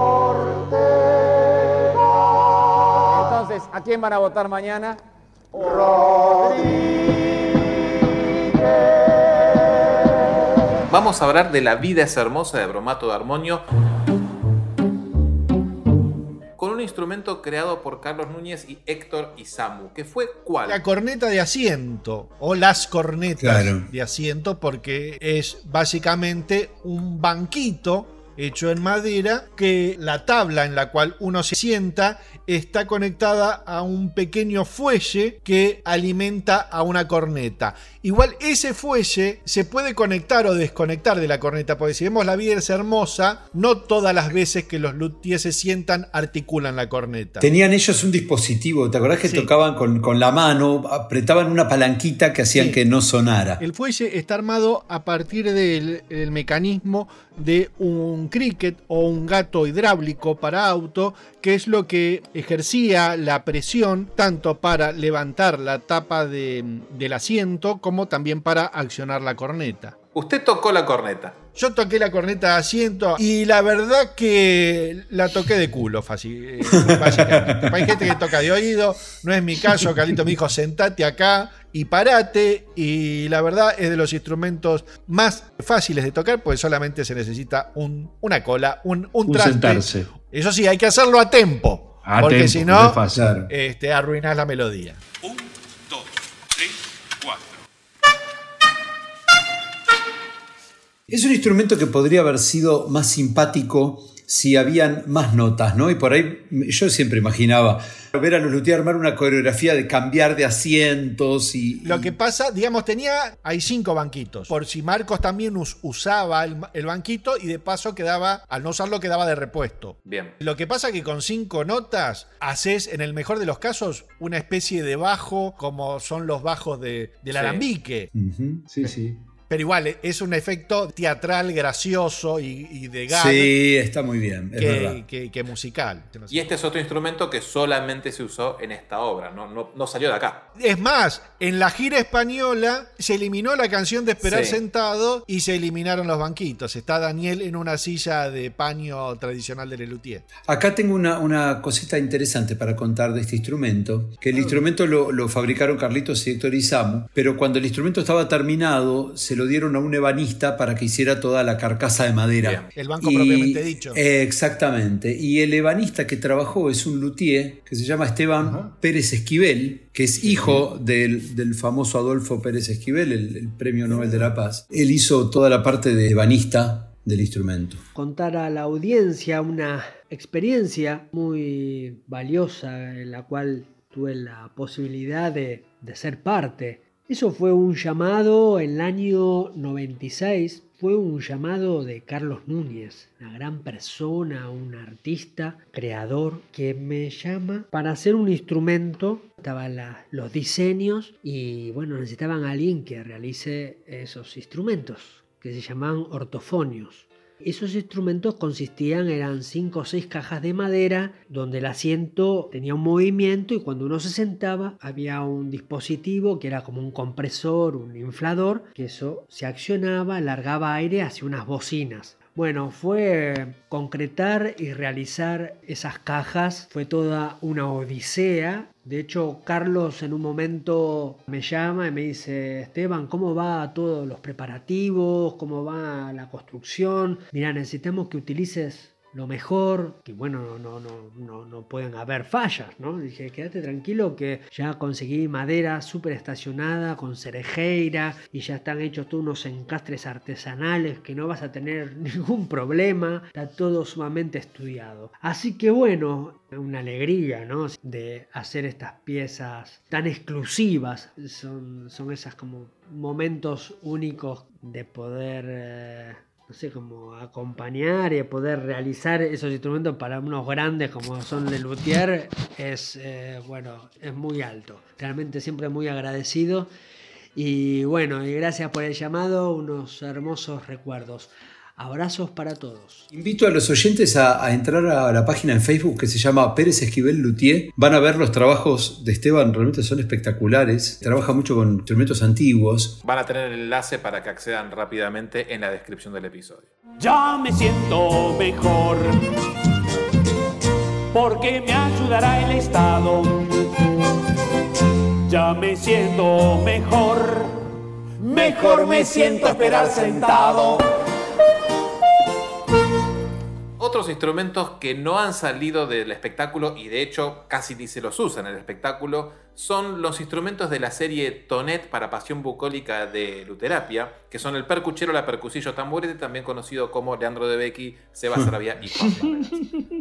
Entonces, ¿a quién van a votar mañana? Vamos a hablar de La vida es hermosa de Bromato de Armonio, con un instrumento creado por Carlos Núñez y Héctor Isamu, que fue ¿cuál? La corneta de asiento, o las cornetas Claro. de asiento, porque es básicamente un banquito hecho en madera, que la tabla en la cual uno se sienta está conectada a un pequeño fuelle que alimenta a una corneta. Igual ese fuelle se puede conectar o desconectar de la corneta, porque si vemos La vida es hermosa, no todas las veces que los luthiers se sientan articulan la corneta. Tenían ellos un dispositivo, ¿te acordás que Sí. tocaban con, con la mano, apretaban una palanquita que hacían Sí. que no sonara? El fuelle está armado a partir del el mecanismo de un cricket o un gato hidráulico para auto, que es lo que ejercía la presión tanto para levantar la tapa de- del asiento como también para accionar la corneta. Usted tocó la corneta. Yo toqué la corneta de asiento y la verdad que la toqué de culo, fácil, eh, básicamente. Hay gente que toca de oído, no es mi caso. Carlito me dijo, sentate acá y parate, y la verdad es de los instrumentos más fáciles de tocar, pues solamente se necesita un, una cola, un, un Un traste. sentarse. Eso sí, hay que hacerlo a tempo, A porque tempo, si no no, es fácil. Claro. este, arruinás la melodía. Es un instrumento que podría haber sido más simpático si habían más notas, ¿no? Y por ahí yo siempre imaginaba ver a los luthiers armar una coreografía de cambiar de asientos y... Lo que pasa, digamos, tenía, hay cinco banquitos. Por si Marcos también us- usaba el, el banquito y de paso quedaba, al no usarlo, quedaba de repuesto. Bien. Lo que pasa que con cinco notas haces, en el mejor de los casos, una especie de bajo como son los bajos de, del Sí. alambique. Ujú. Sí, sí. Pero igual, es un efecto teatral, gracioso y, y de gag Sí, está muy bien, es verdad. que, que- que musical. Y este es otro instrumento que solamente se usó en esta obra, no, no, no salió de acá. Es más, en la gira española se eliminó la canción de Esperar Sí. sentado y se eliminaron los banquitos. Está Daniel en una silla de paño tradicional de Lelutier. Acá tengo una, una cosita interesante para contar de este instrumento, que el instrumento lo, lo fabricaron Carlitos y Héctor Isamu, pero cuando el instrumento estaba terminado, se lo dieron a un ebanista para que hiciera toda la carcasa de madera. Bien. El banco y, propiamente dicho. Eh, exactamente. Y el ebanista que trabajó es un luthier que se llama Esteban uh-huh. Pérez Esquivel, que es hijo del, del famoso Adolfo Pérez Esquivel, el, el Premio Nobel de la Paz. Él hizo toda la parte de ebanista del instrumento. Contar a la audiencia una experiencia muy valiosa en la cual tuve la posibilidad de, de ser parte. Eso fue un llamado en el año noventa y seis, fue un llamado de Carlos Núñez, una gran persona, un artista, creador, que me llama para hacer un instrumento. Estaban la, los diseños y bueno, necesitaban a alguien que realice esos instrumentos, que se llamaban ortofonios. Esos instrumentos consistían, eran cinco o seis cajas de madera donde el asiento tenía un movimiento y cuando uno se sentaba había un dispositivo que era como un compresor, un inflador, que eso se accionaba, largaba aire hacia unas bocinas. Bueno, fue concretar y realizar esas cajas, fue toda una odisea. De hecho, Carlos en un momento me llama y me dice: Esteban, ¿cómo va todos los preparativos? ¿Cómo va la construcción? Mira, necesitamos que utilices lo mejor, que bueno, no, no, no, no pueden haber fallas, ¿no? Dije, quédate tranquilo que ya conseguí madera súper estacionada con cerejeira y ya están hechos todos unos encastres artesanales que no vas a tener ningún problema, está todo sumamente estudiado. Así que bueno, una alegría, ¿no? De hacer estas piezas tan exclusivas, son, son esas como momentos únicos de poder... Eh, no sé, como acompañar y poder realizar esos instrumentos para unos grandes como son el luthier es, eh, bueno, es muy alto. Realmente siempre muy agradecido y bueno, y gracias por el llamado, unos hermosos recuerdos. Abrazos para todos. Invito a los oyentes a, a entrar a la página en Facebook que se llama Pérez Esquivel Luthier. Van a ver los trabajos de Esteban, realmente son espectaculares. Trabaja mucho con instrumentos antiguos. Van a tener el enlace para que accedan rápidamente en la descripción del episodio. Ya me siento mejor, porque me ayudará el Estado. Ya me siento mejor, mejor me siento a esperar sentado. Otros instrumentos que no han salido del espectáculo y de hecho casi ni se los usa en el espectáculo son los instrumentos de la serie Tonet para pasión bucólica de Luterapia, que son el percuchero, la percusillo, tamborete, también conocido como Leandro de Becchi, Seba Sarabia y Juan Manuel.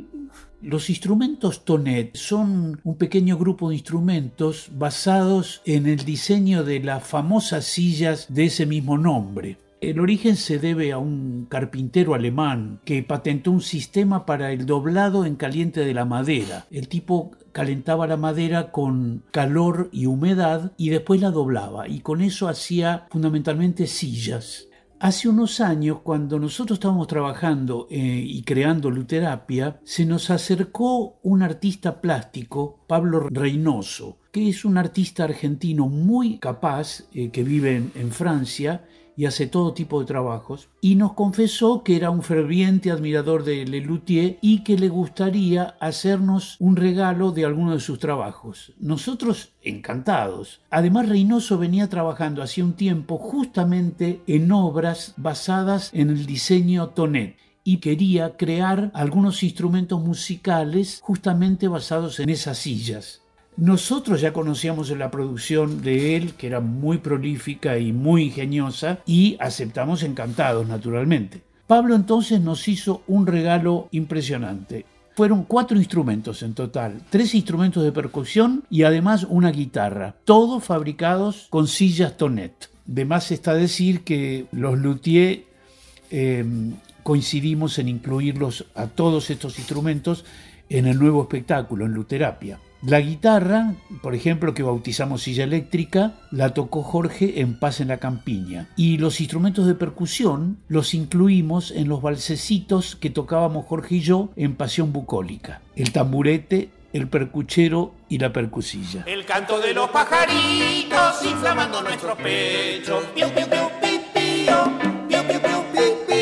Los instrumentos Tonet son un pequeño grupo de instrumentos basados en el diseño de las famosas sillas de ese mismo nombre. El origen se debe a un carpintero alemán que patentó un sistema para el doblado en caliente de la madera. El tipo calentaba la madera con calor y humedad y después la doblaba y con eso hacía fundamentalmente sillas. Hace unos años, cuando nosotros estábamos trabajando eh, y creando Luterapia, se nos acercó un artista plástico, Pablo Reynoso, que es un artista argentino muy capaz, eh, que vive en, en Francia y hace todo tipo de trabajos, y nos confesó que era un ferviente admirador de Lelutier y que le gustaría hacernos un regalo de alguno de sus trabajos. Nosotros encantados. Además, Reynoso venía trabajando hacía un tiempo justamente en obras basadas en el diseño Tonet y quería crear algunos instrumentos musicales justamente basados en esas sillas. Nosotros ya conocíamos la producción de él, que era muy prolífica y muy ingeniosa, y aceptamos encantados, naturalmente. Pablo entonces nos hizo un regalo impresionante. Fueron cuatro instrumentos en total, tres instrumentos de percusión y además una guitarra, todos fabricados con sillas Tonet. De más está decir que los luthier eh, coincidimos en incluirlos a todos estos instrumentos en el nuevo espectáculo, en Luterapia. La guitarra, por ejemplo, que bautizamos silla eléctrica, la tocó Jorge en Paz en la Campiña. Y los instrumentos de percusión los incluimos en los valsecitos que tocábamos Jorge y yo en Pasión Bucólica. El tamburete, el percuchero y la percusilla. El canto de los pajaritos inflamando nuestro pecho. Piu, piu, piu, pi, pío. Piu, piu, piu, pi,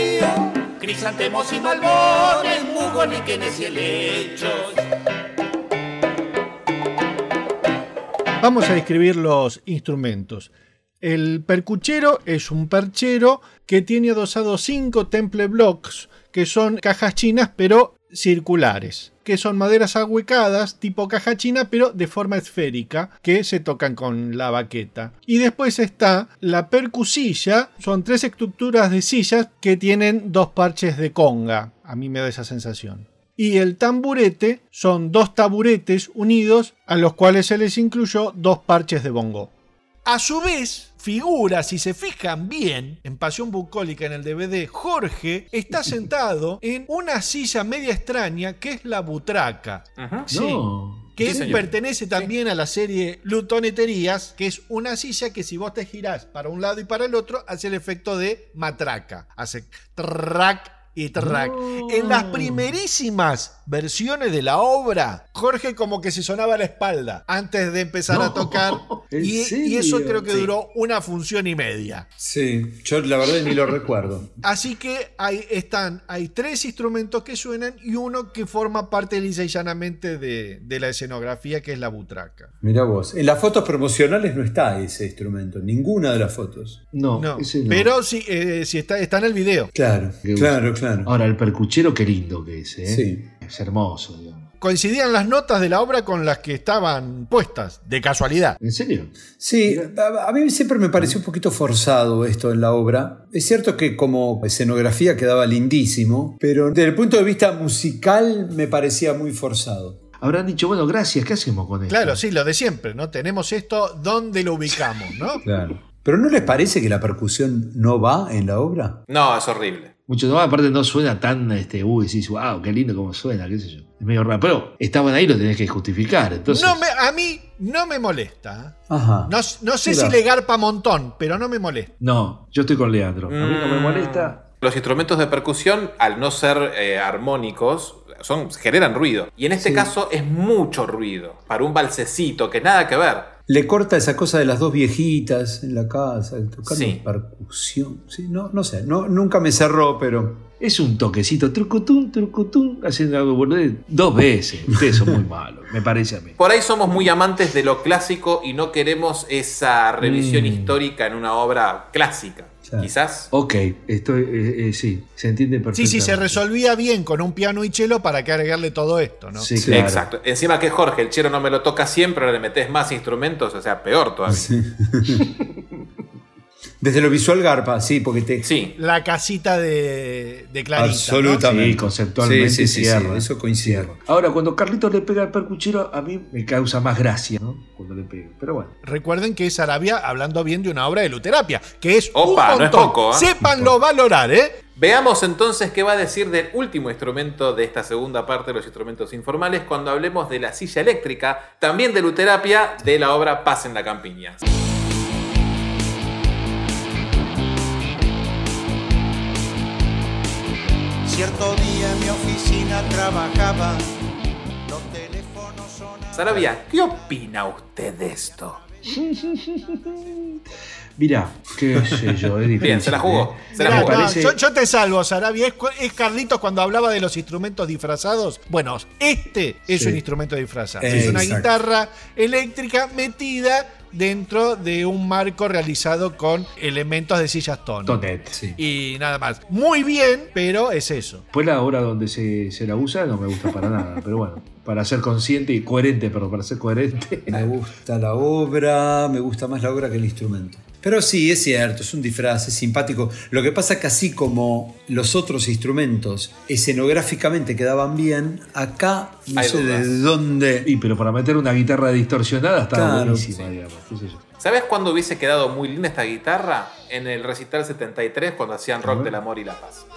pío. Crisantemos y malbones, mugoliquenes y helechos. Vamos a describir los instrumentos. El percuchero es un perchero que tiene adosados cinco temple blocks, que son cajas chinas pero circulares, que son maderas ahuecadas tipo caja china pero de forma esférica, que se tocan con la baqueta. Y después está la percusilla, son tres estructuras de sillas que tienen dos parches de conga, a mí me da esa sensación. Y el tamburete son dos taburetes unidos a los cuales se les incluyó dos parches de bongo. A su vez, figura, si se fijan bien, en Pasión Bucólica en el D V D, Jorge está sentado en una silla media extraña que es la butraca. Ajá. Sí. No. Que Sí, pertenece también sí. a la serie Lutoneterías, que es una silla que si vos te girás para un lado y para el otro, hace el efecto de matraca. Hace track y track. No. En las primerísimas versiones de la obra, Jorge como que se sonaba la espalda antes de empezar No. a tocar. ¿En Y, serio? y eso creo que Sí. duró una función y media. Sí, yo la verdad ni lo recuerdo. Así que hay, están, hay tres instrumentos que suenan y uno que forma parte lisa y llanamente de, de la escenografía, que es la butraca. Mirá vos, en las fotos promocionales no está ese instrumento, ninguna de las fotos. No, No, ese no. pero sí, eh, sí está, está en el video. Claro, Qué claro, claro. Ahora, el percuchero, qué lindo que es, ¿eh? Sí. Es hermoso, digamos. Coincidían las notas de la obra con las que estaban puestas, de casualidad. ¿En serio? Sí, a, a mí siempre me pareció un poquito forzado esto en la obra. Es cierto que como escenografía quedaba lindísimo, pero desde el punto de vista musical me parecía muy forzado. Habrán dicho, bueno, gracias, ¿qué hacemos con esto? Claro, sí, lo de siempre, ¿no? Tenemos esto, ¿dónde lo ubicamos, no? Claro. ¿Pero no les parece que la percusión no va en la obra? No, es horrible. Mucho no, aparte no suena tan, este, uy, decís, wow, qué lindo cómo suena, qué sé yo. Es medio raro, pero estaban ahí, lo tenés que justificar, entonces... No me, a mí no me molesta. Ajá. No, no sé Mira. si le garpa montón, pero no me molesta. No, yo estoy con Leandro. A mí no me Mm. molesta. Los instrumentos de percusión, al no ser eh, armónicos, son, generan ruido. Y en este Sí. caso es mucho ruido. Para un balsecito, que nada que ver. Le corta esa cosa de las dos viejitas en la casa, tocando Sí. percusión. Sí, no, no sé, no, nunca me cerró, pero... Es un toquecito, trucutún, trucutún, haciendo algo boludez dos veces. Ustedes son muy malos, me parece a mí. Por ahí somos muy amantes de lo clásico y no queremos esa revisión Mm. histórica en una obra clásica. Claro. Quizás. Ok, estoy, eh, eh, sí, se entiende Sí, perfectamente. sí, se resolvía bien con un piano y cello, para que agregarle todo esto, ¿no? Sí, claro. Exacto. Encima que Jorge, el chero no me lo toca siempre, ahora le metes más instrumentos, o sea, peor todavía. Sí. Desde lo visual garpa, sí, porque te... Sí. La casita de, de Clarita, Absolutamente. Sí, conceptualmente Sí, sí, sí, cierra. sí, eso coincide. Ahora, cuando Carlitos le pega al percuchero, a mí me causa más gracia, ¿no? Cuando le pega. Pero bueno. ¿no? Recuerden que es Arabia hablando bien de una obra de luterapia, que es Opa, un no es montón. poco, ¿eh? Sépanlo valorar, ¿eh? Veamos entonces qué va a decir del último instrumento de esta segunda parte de los instrumentos informales cuando hablemos de la silla eléctrica, también de luterapia, de la obra Paz en la Campiña. Cierto día en mi oficina trabajaba, los teléfonos sonaban. Sarabia, ¿qué opina usted de esto? Mirá, qué sé yo, es difícil. Bien, se la jugó. ¿eh? Se la Mirá, jugó. no, parece- yo, yo te salvo, Sarabia. Es, es Carlitos cuando hablaba de los instrumentos disfrazados. Bueno, este es Sí. un instrumento disfrazado. Eh, es una exacto. guitarra eléctrica metida dentro de un marco realizado con elementos de sillas tono. Tonet. Sí. Y nada más. Muy bien, pero es eso. Pues la hora donde se, se la usa no me gusta para nada, pero bueno, para ser consciente y coherente, pero para ser coherente. Me gusta la obra, me gusta más la obra que el instrumento. Pero sí, es cierto, es un disfraz, es simpático. Lo que pasa es que así como los otros instrumentos escenográficamente quedaban bien, acá no Hay sé dudas. de dónde... Y pero para meter una guitarra distorsionada estaba Claro, buenísima, sí. digamos. qué sé yo. ¿Sabes cuándo hubiese quedado muy linda esta guitarra? En el recital setenta y tres, cuando hacían rock del amor y la paz.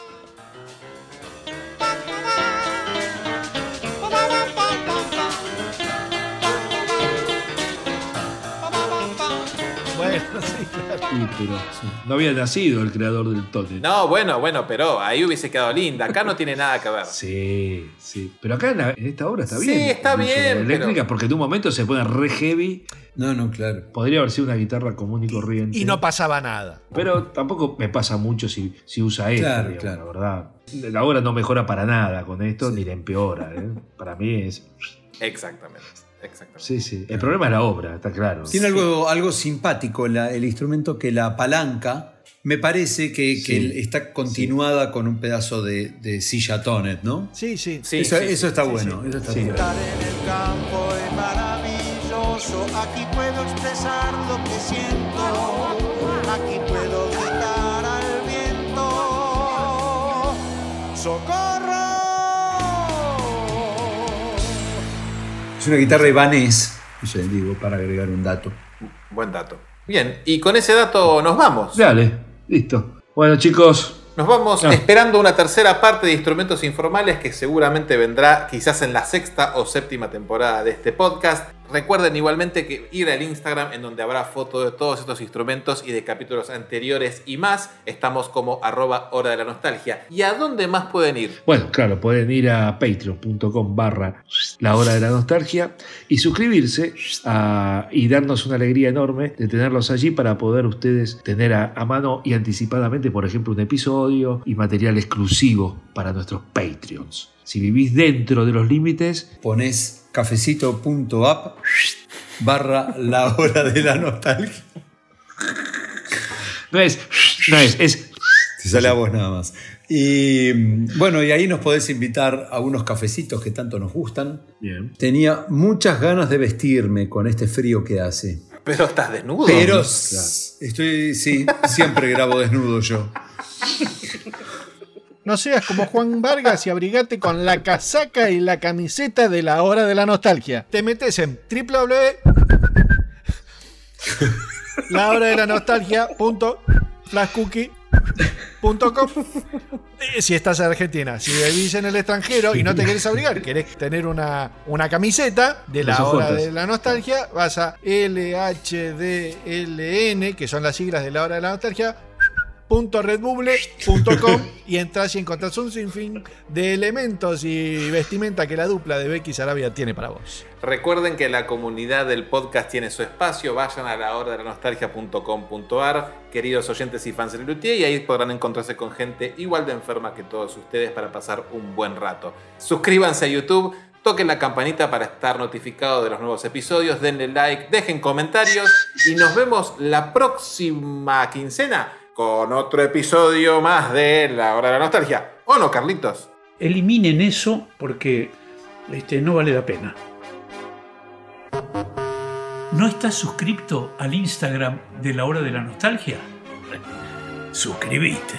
Bueno, sí, claro. Y, pero sí, no había nacido el creador del Tonet. No, bueno, bueno, pero ahí hubiese quedado linda. Acá no tiene nada que ver. Sí, sí. Pero acá en, la- en esta obra está Sí, bien. está el uso de la bien, eléctrica, pero- porque en un momento se pone re heavy. No, no, claro. Podría haber sido una guitarra común y corriente. Y no pasaba nada. Pero tampoco me pasa mucho si, si usa esto, Claro, digamos, claro. la verdad. La obra no mejora para nada con esto, ni la empeora. ¿eh? Para mí es... Exactamente. Exactamente. Sí, sí. El problema es la obra, está claro. Tiene sí. algo, algo simpático la, el instrumento, que la palanca me parece que, Sí. que está continuada con un pedazo de, de silla Tonet, ¿no? Sí, sí. Sí, eso sí, eso sí, está sí, bueno. sí. Eso está Sí. bueno. Estar en el campo es maravilloso, aquí puedo expresar lo que siento, aquí puedo gritar al viento, ¡socorro! Es una guitarra Ibanez, yo digo, para agregar un dato. Buen dato. Bien, y con ese dato nos vamos. Dale, listo. Bueno, chicos. Nos vamos No. esperando una tercera parte de Instrumentos Informales que seguramente vendrá quizás en la sexta o séptima temporada de este podcast. Recuerden igualmente que ir al Instagram, en donde habrá fotos de todos estos instrumentos y de capítulos anteriores y más. Estamos como arroba hora de la nostalgia. ¿Y a dónde más pueden ir? Bueno, claro, pueden ir a patreon.com barra la hora de la nostalgia y suscribirse a, y darnos una alegría enorme de tenerlos allí para poder ustedes tener a, a mano y anticipadamente, por ejemplo, un episodio y material exclusivo para nuestros Patreons. Si vivís dentro de los límites, Ponés cafecito.app barra la hora de la nostalgia. no es, no es, es Te sale a vos nada más. Y bueno, y ahí nos podés invitar a unos cafecitos que tanto nos gustan. Bien. Tenía muchas ganas de vestirme con este frío que hace. Pero estás desnudo. Pero Claro. estoy, sí, siempre grabo desnudo yo. No seas como Juan Vargas y abrigate con la casaca y la camiseta de la hora de la nostalgia. Te metes en doble u doble u doble u punto la hora de la nostalgia punto flashcookie punto com. Eh, Si estás en Argentina, si vivís en el extranjero y no te querés abrigar, querés tener una, una camiseta de la Los hora ojotas. de la nostalgia, vas a L H D L N, que son las siglas de la hora de la nostalgia, .redbubble punto com, y entras y encontrás un sinfín de elementos y vestimenta que la dupla de Becky Sarabia tiene para vos. Recuerden que la comunidad del podcast tiene su espacio. Vayan a la hora de la nostalgia punto com punto ar, queridos oyentes y fans del Luthier, y ahí podrán encontrarse con gente igual de enferma que todos ustedes para pasar un buen rato. Suscríbanse a YouTube, toquen la campanita para estar notificados de los nuevos episodios, denle like, dejen comentarios y nos vemos la próxima quincena con otro episodio más de La Hora de la Nostalgia. ¿O no, Carlitos? Eliminen eso porque este, no vale la pena. ¿No estás suscripto al Instagram de La Hora de la Nostalgia? Suscribite.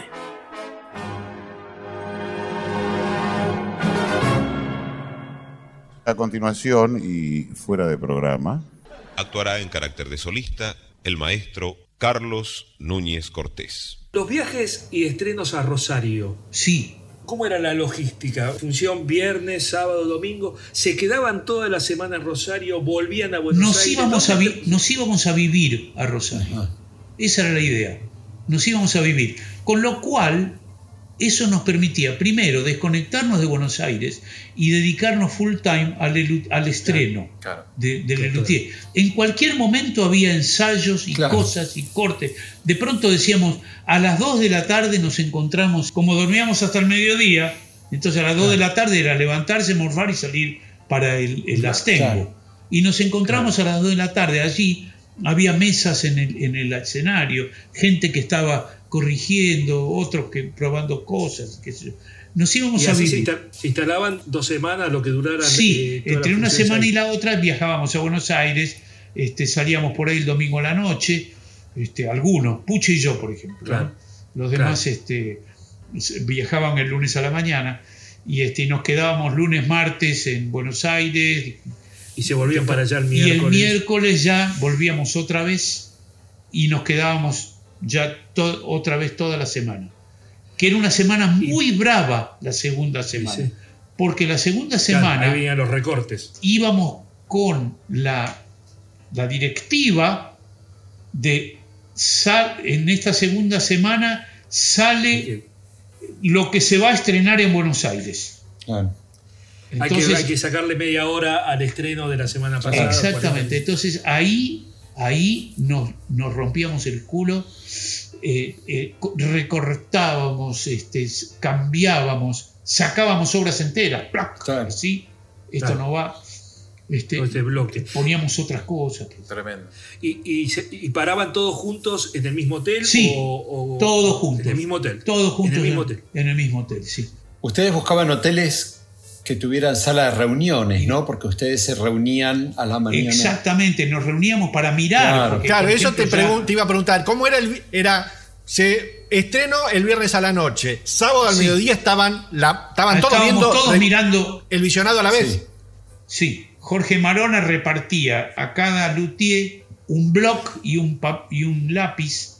A continuación y fuera de programa, Actuará en carácter de solista el maestro Carlos Núñez Cortés. Los viajes y estrenos a Rosario. Sí. ¿Cómo era la logística? Función viernes, sábado, domingo. ¿Se quedaban toda la semana en Rosario? ¿Volvían a Buenos Nos Aires? íbamos, a vi- nos íbamos a vivir a Rosario. Esa era la idea. Nos íbamos a vivir. Con lo cual, eso nos permitía, primero, desconectarnos de Buenos Aires y dedicarnos full time al, elu- al estreno Claro. de, del Lelutier. En cualquier momento había ensayos y Claro. cosas y cortes. De pronto decíamos, a las dos de la tarde nos encontramos, como dormíamos hasta el mediodía, entonces a las dos de la tarde era levantarse, morfar y salir para el, el Claro, Astengo. claro. Y nos encontramos a las dos de la tarde. Allí había mesas en el, en el escenario, gente que estaba corrigiendo, otros que probando cosas, qué sé yo. Nos íbamos Y a así se, vivir. insta- se instalaban dos semanas, lo que durara. Sí, eh, toda entre la una función semana ahí. y la otra viajábamos a Buenos Aires, este, salíamos por ahí el domingo a la noche, este, algunos, Puche y yo, por ejemplo. Claro. ¿no? Los demás Claro. este, viajaban el lunes a la mañana y, este, y nos quedábamos lunes, martes en Buenos Aires. Y se volvían para allá el Y el miércoles. miércoles ya volvíamos otra vez y nos quedábamos ya to- otra vez toda la semana. Que era una semana muy brava la segunda semana. Sí. Porque la segunda Claro, semana ahí venían los recortes. íbamos con la, la directiva de sal, en esta segunda semana sale lo que se va a estrenar en Buenos Aires. Claro. hay, que, Entonces- hay que sacarle media hora al estreno de la semana pasada. Exactamente. Entonces ahí, ahí nos, nos rompíamos el culo, eh, eh, co- recortábamos, este, s- cambiábamos, sacábamos obras enteras. ¡Plac! Claro. Así, esto Claro. no va. Este, Todo este bloque. Poníamos otras cosas. Tremendo. ¿Y, y, se- y paraban todos juntos en el mismo hotel? Sí, o, o- todos juntos. En el mismo hotel. Todos juntos En el mismo hotel. En el mismo hotel, sí. Ustedes buscaban hoteles que tuvieran sala de reuniones, ¿no? Porque ustedes se reunían a la mañana. Exactamente, nos reuníamos para mirar. Claro, porque, Claro, por eso te, ejemplo, ya- pregun- te iba a preguntar. ¿Cómo era el vi- era se estrenó el viernes a la noche, sábado al Sí. mediodía estaban la, estaban todos Estábamos viendo todos re- mirando. el visionado a la vez. Sí, Jorge Marona repartía a cada luthier un bloc y un, pa- y un lápiz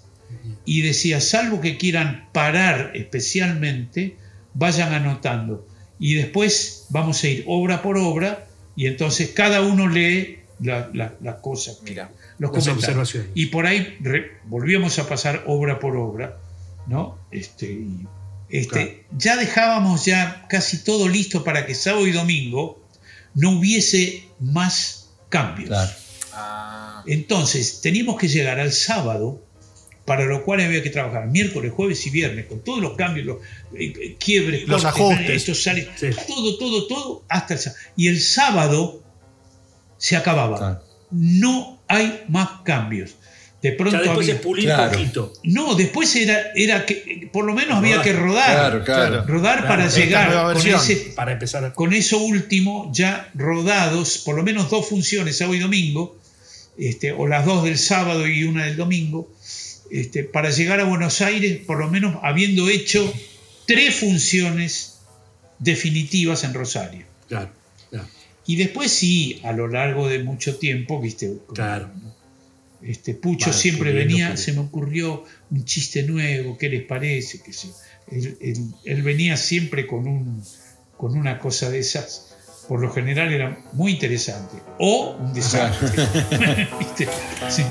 y decía, salvo que quieran parar especialmente, vayan anotando. Y después vamos a ir obra por obra y entonces cada uno lee la, la, la cosa, Mira, los las comentarios. observaciones. Y por ahí re- volvíamos a pasar obra por obra, ¿no? Este, y, este, Claro. Ya dejábamos ya casi todo listo para que sábado y domingo no hubiese más cambios. Claro. Ah, Entonces teníamos que llegar al sábado, para lo cual había que trabajar miércoles, jueves y viernes, con todos los cambios, los eh, eh, quiebres, Los cortes, ajustes. esto sale, Sí. todo, todo, todo, hasta el sábado. Y el sábado se acababa. Claro. No hay más cambios. De pronto Ya después había- es pulir Claro. poquito. No, después era, era que por lo menos había Rodaje. que rodar. Claro, claro. Rodar Claro, para esta llegar nueva con, versión. ese, Para empezar a... con eso último, ya rodados, por lo menos dos funciones, sábado y domingo, este, o las dos del sábado y una del domingo, este, para llegar a Buenos Aires, por lo menos habiendo hecho tres funciones definitivas en Rosario. Claro, claro. Y después sí, a lo largo de mucho tiempo, viste, Claro. este Pucho Vale, siempre puliendo, venía, puliendo. se me ocurrió un chiste nuevo, ¿qué les parece? Que sí. él, él- él venía siempre con, un, con una cosa de esas, por lo general era muy interesante, o un desastre. ¿Viste? Sí.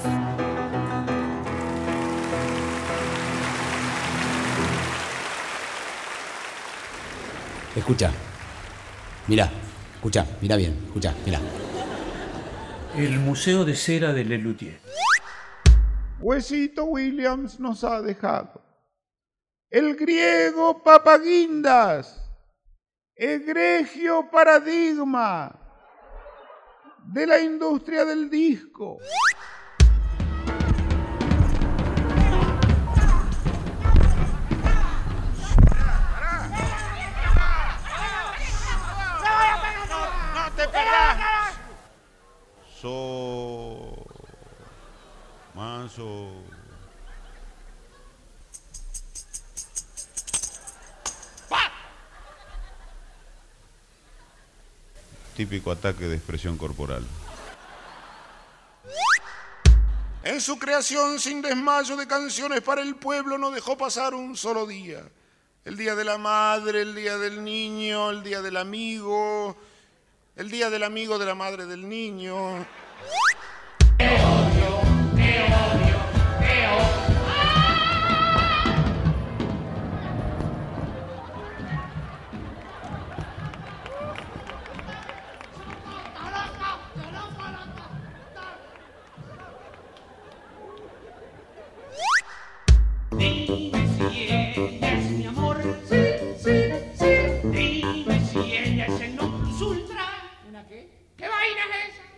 Escucha. Mirá, escucha, mirá bien, escucha, mirá. El Museo de Cera de Lelutier. Huesito Williams nos ha dejado. El griego Papaguindas, egregio paradigma de la industria del disco. ¡No te perdas! So. Manso. Típico ataque de expresión corporal. En su creación sin desmayo de canciones para el pueblo no dejó pasar un solo día. El día de la madre, el día del niño, el día del amigo, el día del amigo de la madre del niño. Dime si ella es mi amor. Sí, sí, sí. Dime si ella es el non plus ultra. ¿Una qué? ¿Qué vaina es esa?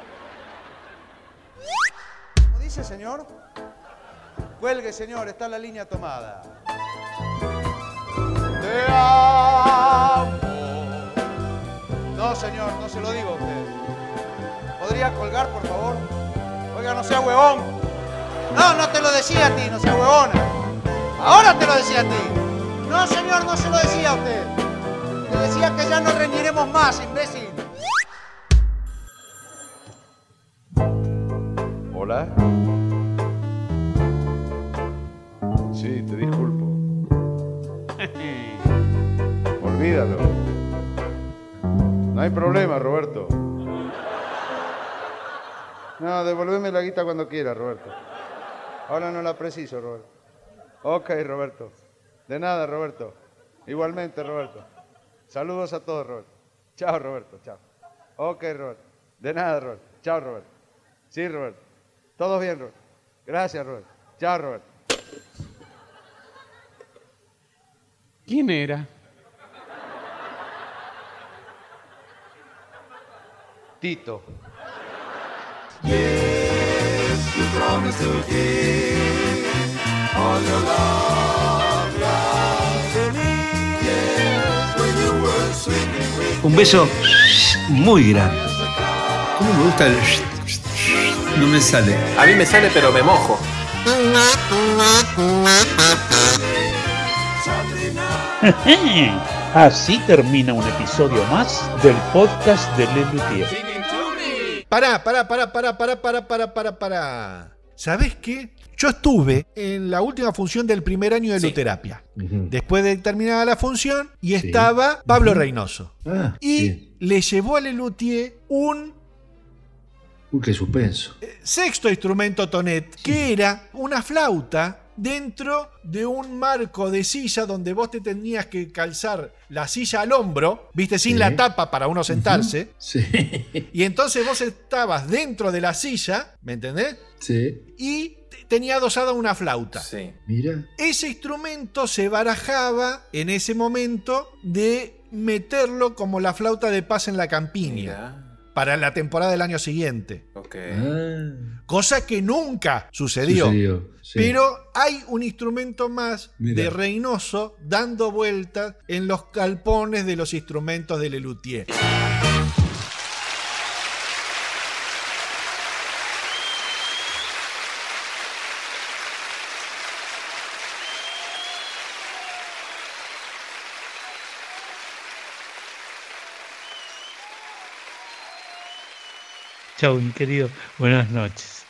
¿Cómo dice, señor? Cuelgue, señor, está la línea tomada. Te amo. No, señor, no se lo digo a usted. ¿Podría colgar, por favor? Oiga, no sea huevón. No, no te lo decía a ti, no sea huevona. Ahora te lo decía a ti. No, señor, no se lo decía a usted. Te decía que ya no reñiremos más, imbécil. Hola. Sí, te disculpo. Olvídalo. No hay problema, Roberto. No, devolveme la guita cuando quieras, Roberto. Ahora no la preciso, Roberto. Ok, Roberto. De nada, Roberto. Igualmente, Roberto. Saludos a todos, Roberto. Chao, Roberto. Chao. Ok, Roberto. De nada, Roberto. Chao, Roberto. Sí, Roberto. Todo bien, Roberto. Gracias, Roberto. Chao, Roberto. ¿Quién era? Tito. Un beso muy grande. ¿Cómo me gusta el... No me sale. A mí me sale, pero me mojo. Así termina un episodio más del podcast de Le Luthier. Pará, pará, pará, pará, pará, pará, pará, pará, pará. ¿Sabés qué? Yo estuve en la última función del primer año de Sí. luterapia. Ujú. Después de terminada la función, y estaba Pablo Reynoso. Ah, Y bien. le llevó a Lelutier un Uy, qué suspenso. sexto instrumento Tonet, que era una flauta dentro de un marco de silla donde vos te tenías que calzar la silla al hombro, viste, sin Sí. la tapa para uno sentarse. Sí. Y entonces vos estabas dentro de la silla, ¿me entendés? Sí. Y te- tenía adosada una flauta. Sí. Mira. Ese instrumento se barajaba en ese momento de meterlo como la flauta de paz en la campiña Mira. para la temporada del año siguiente. Ok. Ah, Cosa que nunca sucedió. sucedió. Sí. Pero hay un instrumento más Mira. de Reynoso dando vueltas en los galpones de los instrumentos de Lelutier. Chau, mi querido. Buenas noches.